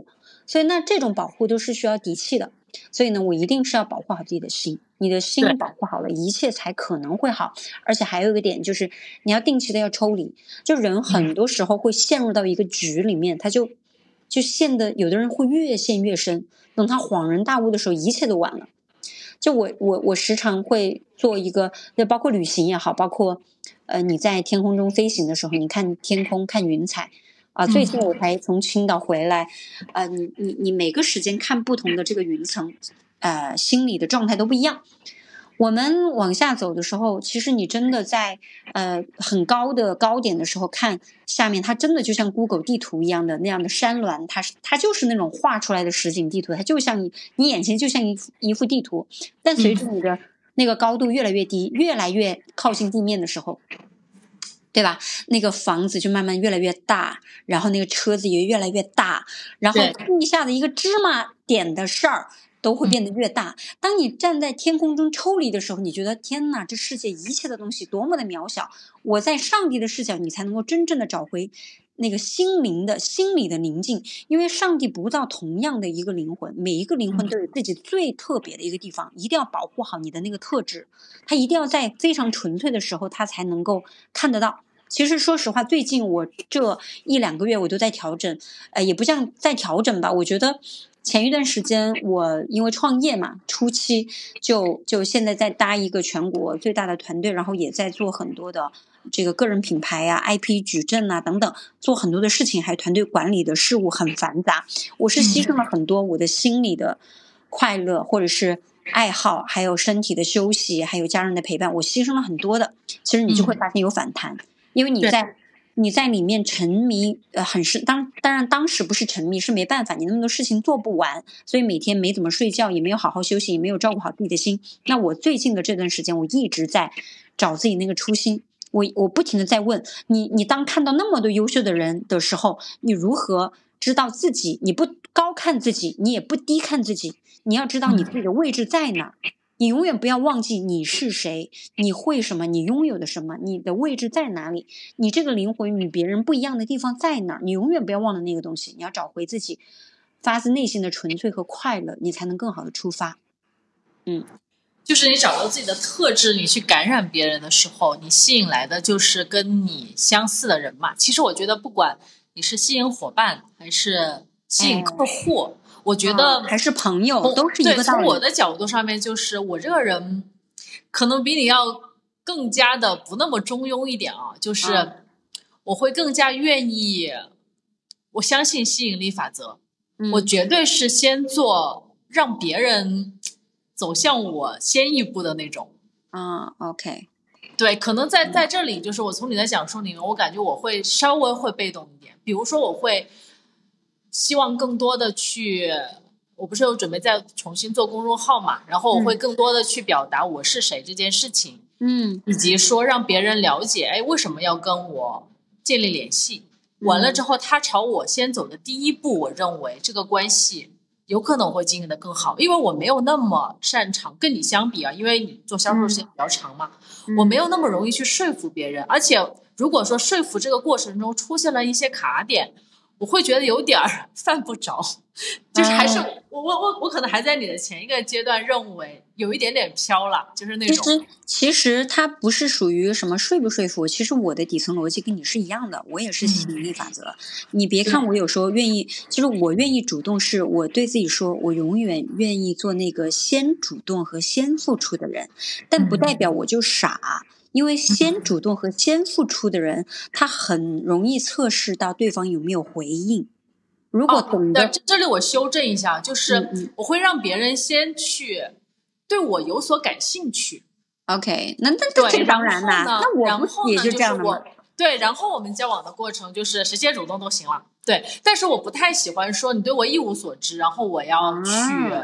所以那这种保护都是需要底气的。所以呢，我一定是要保护好自己的心，你的心保护好了，一切才可能会好。而且还有一个点就是，你要定期的要抽离。就人很多时候会陷入到一个局里面，他就陷得有的人会越陷越深，等他恍然大悟的时候，一切都晚了。就我时常会做一个，包括旅行也好，包括你在天空中飞行的时候，你看天空看云彩啊。最近我才从青岛回来，你每个时间看不同的这个云层，心理的状态都不一样。我们往下走的时候，其实你真的在很高的高点的时候看下面，它真的就像 Google 地图一样的那样的山峦，它就是那种画出来的实景地图，它就像你眼前就像一幅地图。但随着你的那个高度越来越低，越来越靠近地面的时候，对吧？那个房子就慢慢越来越大，然后那个车子也越来越大，然后地下的一个芝麻点的事儿都会变得越大。当你站在天空中抽离的时候，你觉得天哪，这世界一切的东西多么的渺小。我在上帝的视角，你才能够真正的找回那个心理的宁静。因为上帝不造同样的一个灵魂，每一个灵魂都有自己最特别的一个地方，一定要保护好你的那个特质。他一定要在非常纯粹的时候，他才能够看得到。其实说实话，最近我这1-2个月我都在调整，也不像在调整吧。我觉得前一段时间我因为创业嘛，初期就现在在搭一个全国最大的团队，然后也在做很多的这个个人品牌啊、IP 矩阵啊等等，做很多的事情，还有团队管理的事务很繁杂。我是牺牲了很多我的心理的快乐，或者是爱好，还有身体的休息，还有家人的陪伴，我牺牲了很多的。其实你就会发现有反弹。因为你在里面沉迷很深，当然当时不是沉迷，是没办法，你那么多事情做不完，所以每天没怎么睡觉，也没有好好休息，也没有照顾好自己的心。那我最近的这段时间，我一直在找自己那个初心。我不停的在问你当看到那么多优秀的人的时候，你如何知道自己？你不高看自己，你也不低看自己，你要知道你自己的位置在哪。你永远不要忘记你是谁，你会什么，你拥有的什么，你的位置在哪里，你这个灵魂与别人不一样的地方在哪儿，你永远不要忘了那个东西。你要找回自己发自内心的纯粹和快乐，你才能更好的出发。 就是你找到自己的特质，你去感染别人的时候，你吸引来的就是跟你相似的人嘛。其实我觉得不管你是吸引伙伴还是吸引客户，我觉得还是朋友都是一个道理。 从我的角度上面，就是我这个人可能比你要更加的不那么中庸一点啊，就是我会更加愿意，我相信吸引力法则，我绝对是先做让别人走向我先一步的那种。 OK， 对，可能在这里，就是我从你的讲述里面，我感觉我会稍微会被动一点。比如说，我会希望更多的去，我不是有准备再重新做公众号嘛，然后我会更多的去表达我是谁这件事情，以及说让别人了解，哎，为什么要跟我建立联系？完了之后，他朝我先走的第一步，我认为这个关系有可能会经营的更好，因为我没有那么擅长，跟你相比啊，因为你做销售时间比较长嘛，我没有那么容易去说服别人，而且如果说说服这个过程中出现了一些卡点，我会觉得有点犯不着，就是还是我可能还在你的前一个阶段认为有一点点飘了，就是那种。 其实它不是属于什么说不说服，其实我的底层逻辑跟你是一样的，我也是吸引力法则。你别看我有时候愿意，其实我愿意主动，是我对自己说，我永远愿意做那个先主动和先付出的人，但不代表我就傻。因为先主动和先付出的人，他很容易测试到对方有没有回应。如果懂得， 这里我修正一下，就是我会让别人先去对我有所感兴趣。 OK， 那这当然啦，那我不也就这样的吗？ 对，然后我们交往的过程就是谁先主动都行了。对，但是我不太喜欢说你对我一无所知，然后我要去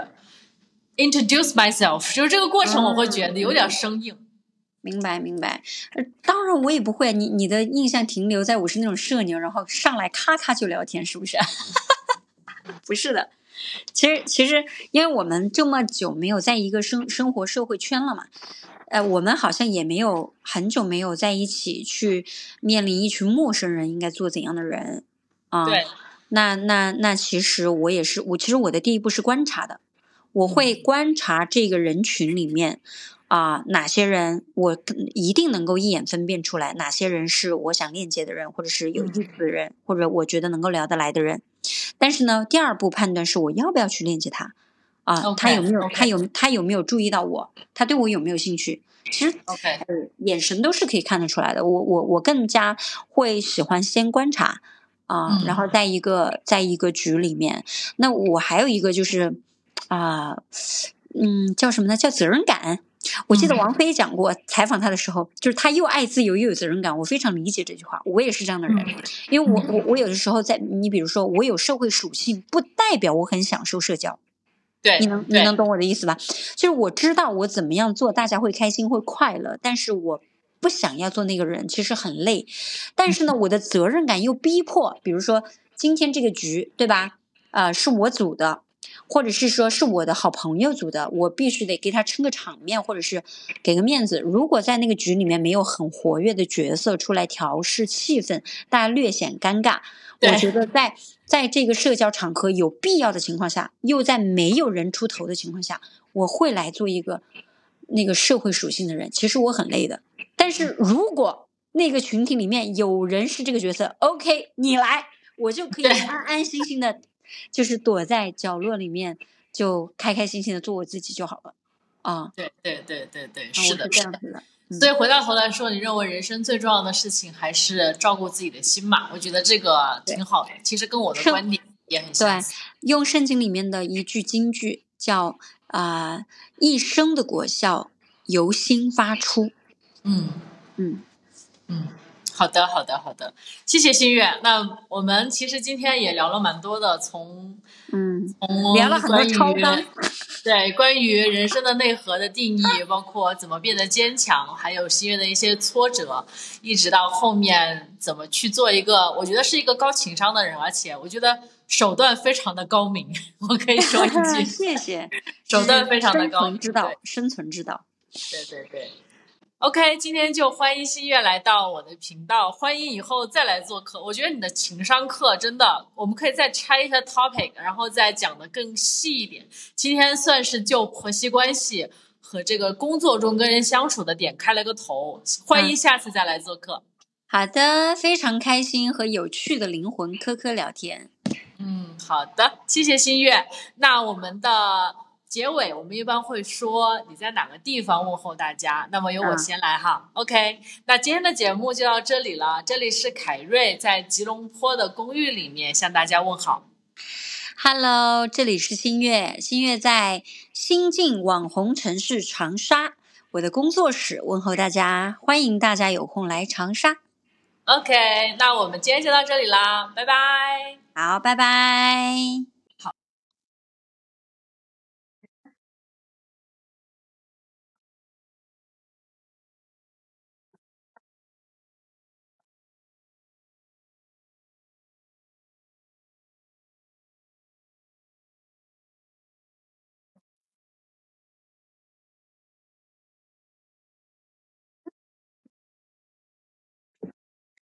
introduce myself，就是这个过程我会觉得有点生硬。 明白。当然我也不会，你的印象停留在我是那种社牛，然后上来咔咔就聊天，是不是？不是的，其实因为我们这么久没有在一个生活社会圈了嘛，我们好像也没有很久没有在一起去面临一群陌生人应该做怎样的人啊。 对。 那其实我也是，其实我的第一步是观察的，我会观察这个人群里面哪些人我一定能够一眼分辨出来，哪些人是我想链接的人，或者是有意思的人，或者我觉得能够聊得来的人。但是呢，第二步判断是我要不要去链接他他有没有注意到我，他对我有没有兴趣。其实眼神都是可以看得出来的。我更加会喜欢先观察然后在一个局里面，那我还有一个就是叫什么呢？叫责任感。我记得王菲讲过，采访她的时候，就是她又爱自由又有责任感，我非常理解这句话，我也是这样的人。因为我有的时候你比如说我有社会属性，不代表我很享受社交。 对， 你能懂我的意思吧？就是我知道我怎么样做大家会开心会快乐，但是我不想要做那个人，其实很累。但是呢，我的责任感又逼迫，比如说今天这个局，对吧？是我组的，或者是说是我的好朋友组的，我必须得给他撑个场面，或者是给个面子。如果在那个局里面没有很活跃的角色出来调试气氛，大家略显尴尬。我觉得在这个社交场合有必要的情况下，又在没有人出头的情况下，我会来做一个那个社会属性的人。其实我很累的，但是如果那个群体里面有人是这个角色 OK 你来，我就可以安安心心的就是躲在角落里面，就开开心心的做我自己就好了对，是的， 这样子的。 所以回到头来说，你认为人生最重要的事情还是照顾自己的心嘛？我觉得这个挺好的，其实跟我的观点也很相似。 对，用圣经里面的一句金句叫一生的果效由心发出。 好的，谢谢心月。那我们其实今天也聊了蛮多的，从聊了很多超纲。 对，关于人生的内核的定义，包括怎么变得坚强，还有心月的一些挫折，一直到后面怎么去做一个，我觉得是一个高情商的人，而且我觉得手段非常的高明，我可以说一句， 谢谢， 手段非常的高明， 生存之道。 对。OK， 今天就欢迎心月来到我的频道，欢迎以后再来做客。我觉得你的情商课真的，我们可以再拆一些 topic， 然后再讲的更细一点。今天算是就婆媳关系和这个工作中跟人相处的点开了个头，欢迎下次再来做客。 好的，非常开心和有趣的灵魂科科聊天。 好的，谢谢心月。那我们的结尾我们一般会说你在哪个地方问候大家，那么由我先来哈。OK， 那今天的节目就到这里了，这里是凯瑞在吉隆坡的公寓里面向大家问好。 Hello， 这里是新月，新月在新晋网红城市长沙，我的工作室问候大家，欢迎大家有空来长沙。 OK， 那我们今天就到这里啦，拜拜。 好，拜拜。